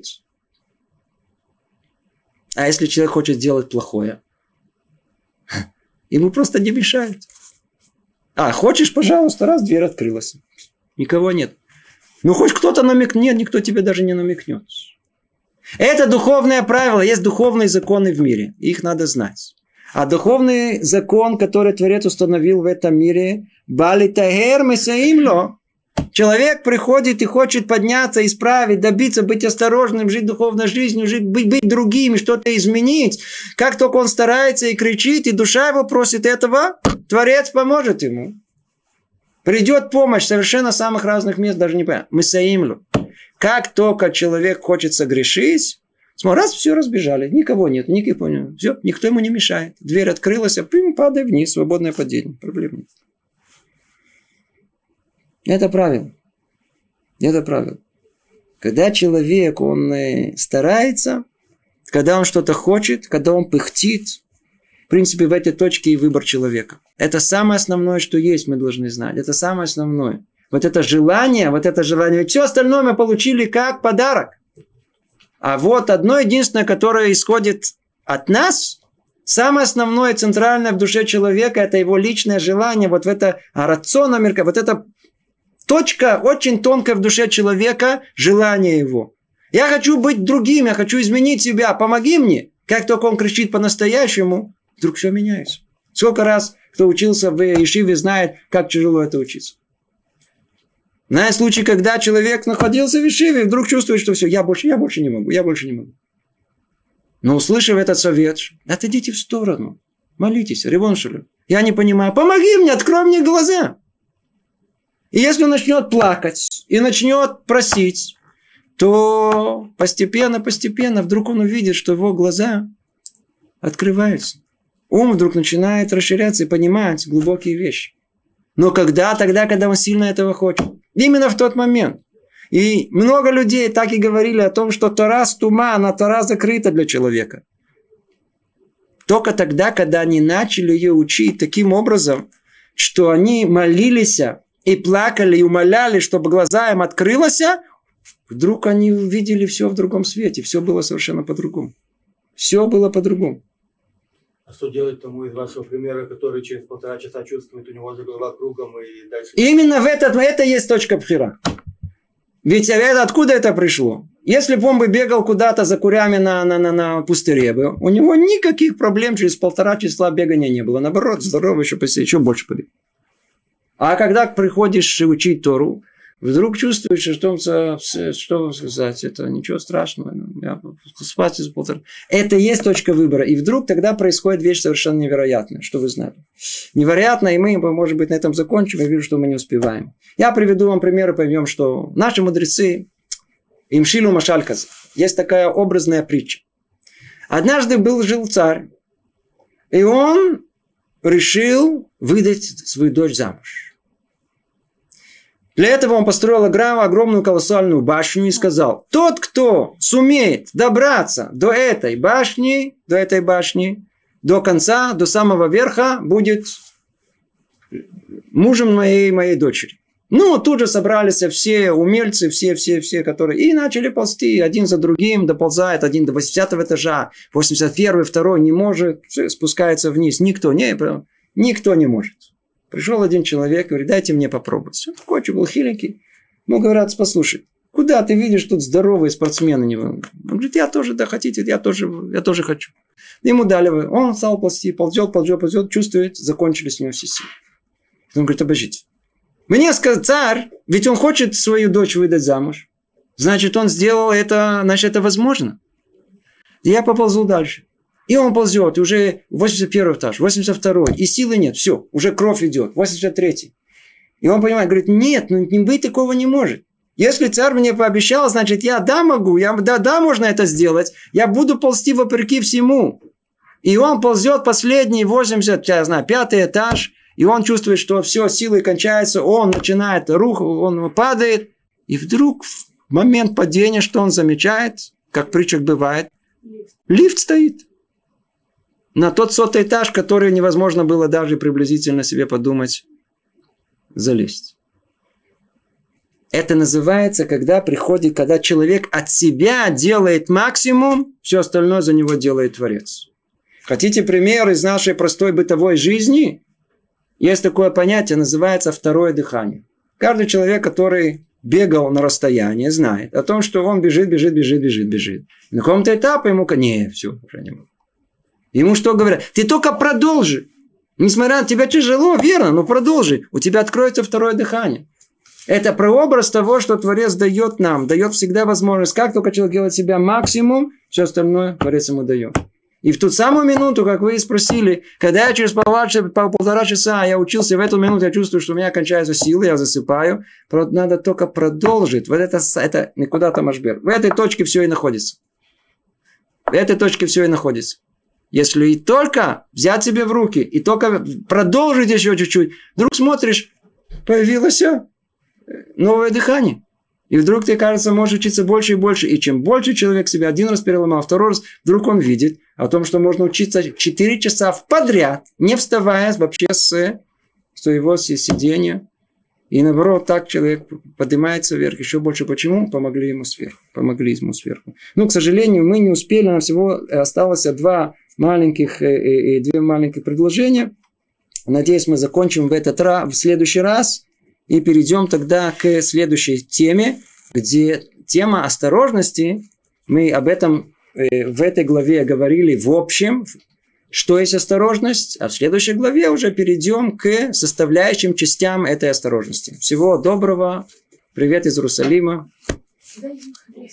А если человек хочет делать плохое, ему просто не мешает. Хочешь, пожалуйста, раз дверь открылась. Никого нет. Хоть кто-то намекнет, нет, никто тебе даже не намекнет. Это духовное правило, есть духовные законы в мире. Их надо знать. А духовный закон, который Творец установил в этом мире, бали тагер месаимло. Человек приходит и хочет подняться, исправить, добиться, быть осторожным, жить духовной жизнью, быть другим, что-то изменить. Как только он старается и кричит, и душа его просит этого, Творец поможет ему. Придет помощь совершенно самых разных мест, даже не понятно. Месаимло. Как только человек хочет согрешить, раз все разбежали, никого нет, все, никто ему не мешает. Дверь открылась, падай вниз, свободное падение, проблем нет. Это правило. Когда человек, он старается, когда он что-то хочет, когда он пыхтит, в принципе, в этой точке и выбор человека. Это самое основное, что есть, мы должны знать. Это самое основное. Вот это желание. Ведь все остальное мы получили как подарок. А вот одно единственное, которое исходит от нас, Самое основное, центральное в душе человека – это его личное желание, вот в это рацион, вот эта точка очень тонкая в душе человека, желание его. Я хочу быть другим, я хочу изменить себя, помоги мне. Как только он кричит по-настоящему, вдруг все меняется. Сколько раз, кто учился в Ешиве, знает, как тяжело это учиться. На случай, когда человек находился в Ешиве, вдруг чувствует, что все, я больше не могу. Но услышав этот совет, отойдите в сторону, молитесь, Рибон Шелем. Я не понимаю, помоги мне, открой мне глаза. И если он начнет плакать и начнет просить, то постепенно вдруг он увидит, что его глаза открываются. Ум вдруг начинает расширяться и понимать глубокие вещи. Но когда он сильно этого хочет. Именно в тот момент. И много людей так и говорили о том, что Тора стума, она Тора закрыта для человека. Только тогда, когда они начали ее учить таким образом, что они молились и плакали, и умоляли, чтобы глаза им открылось, вдруг они увидели все в другом свете. Все было совершенно по-другому. Все было по-другому. А что делать тому из вашего примера, который через 1,5 часа чувствует, у него уже голова кругом и дальше... Именно это есть точка бхира. Ведь откуда это пришло? Если бы он бегал куда-то за курями на пустыре, у него никаких проблем через 1,5 часа бегания не было. Наоборот, здорово, еще больше побегал. А когда приходишь учить Тору, вдруг чувствуешь, что сказать, это ничего страшного. Я спать из 1,5. Это и есть точка выбора. И вдруг тогда происходит вещь совершенно невероятная, что вы знали. Невероятно, и мы, может быть, на этом закончим. Я вижу, что мы не успеваем. Я приведу вам пример и поймем, что наши мудрецы, им шилу машальказ. Есть такая образная притча. Однажды жил царь, и он решил выдать свою дочь замуж. Для этого он построил огромную колоссальную башню и сказал: тот, кто сумеет добраться до этой башни, до конца, до самого верха, будет мужем моей дочери. Ну, тут же собрались все умельцы, все, которые... И начали ползти один за другим, доползает один до 80 этажа, 81-й, 2-й не может, спускается вниз. Никто не может. Пришел один человек, говорит: дайте мне попробовать. Он такой был хиленький. Ему говорят: послушай, куда ты видишь тут здоровые спортсмены? Он говорит: я тоже, да, хотите, я тоже хочу. Ему дали, он стал ползти, ползет, чувствует, закончились у него все силы. Он говорит: обождите. Мне сказал царь, ведь он хочет свою дочь выдать замуж. Значит, он сделал это, значит, это возможно. И я поползу дальше. И он ползет, и уже 81 этаж, 82-й, и силы нет, все, уже кровь идет, 83-й. И он понимает, говорит: нет, не быть такого не может. Если царь мне пообещал, значит, я могу, можно это сделать, я буду ползти вопреки всему. И он ползет последний 5-й этаж, и он чувствует, что все, силы кончаются, он начинает он падает, и вдруг в момент падения, что он замечает, как в притчах бывает, лифт стоит. На тот 100-й этаж, который невозможно было даже приблизительно себе подумать залезть. Это называется, когда человек от себя делает максимум, все остальное за него делает Творец. Хотите пример из нашей простой бытовой жизни? Есть такое понятие, называется второе дыхание. Каждый человек, который бегал на расстоянии, знает о том, что он бежит. На каком-то этапе ему все, уже не могу. Ему что говорят? Ты только продолжи. Несмотря на тебя тяжело, верно, но продолжи. У тебя откроется второе дыхание. Это прообраз того, что Творец дает нам. Дает всегда возможность. Как только человек делает себя максимум, все остальное Творец ему дает. И в ту самую минуту, как вы и спросили, когда я через 1,5 часа я учился, в эту минуту я чувствую, что у меня кончаются силы, я засыпаю. Надо только продолжить. Вот это не куда-то машбер. В этой точке все и находится. Если и только взять себе в руки, и только продолжить еще чуть-чуть, вдруг смотришь, появилось новое дыхание. И вдруг, тебе кажется, можешь учиться больше и больше. И чем больше человек себя один раз переломал, второй раз, вдруг он видит о том, что можно учиться 4 часа подряд, не вставая вообще с своего сидения. И наоборот, так человек поднимается вверх еще больше. Почему? Помогли ему сверху. Ну, к сожалению, мы не успели, нам всего осталось 2 две маленьких предложения. Надеюсь, мы закончим в следующий раз и перейдем тогда к следующей теме, где тема осторожности. Мы об этом в этой главе говорили в общем, что есть осторожность, а в следующей главе уже перейдем к составляющим частям этой осторожности. Всего доброго. Привет из Иерусалима.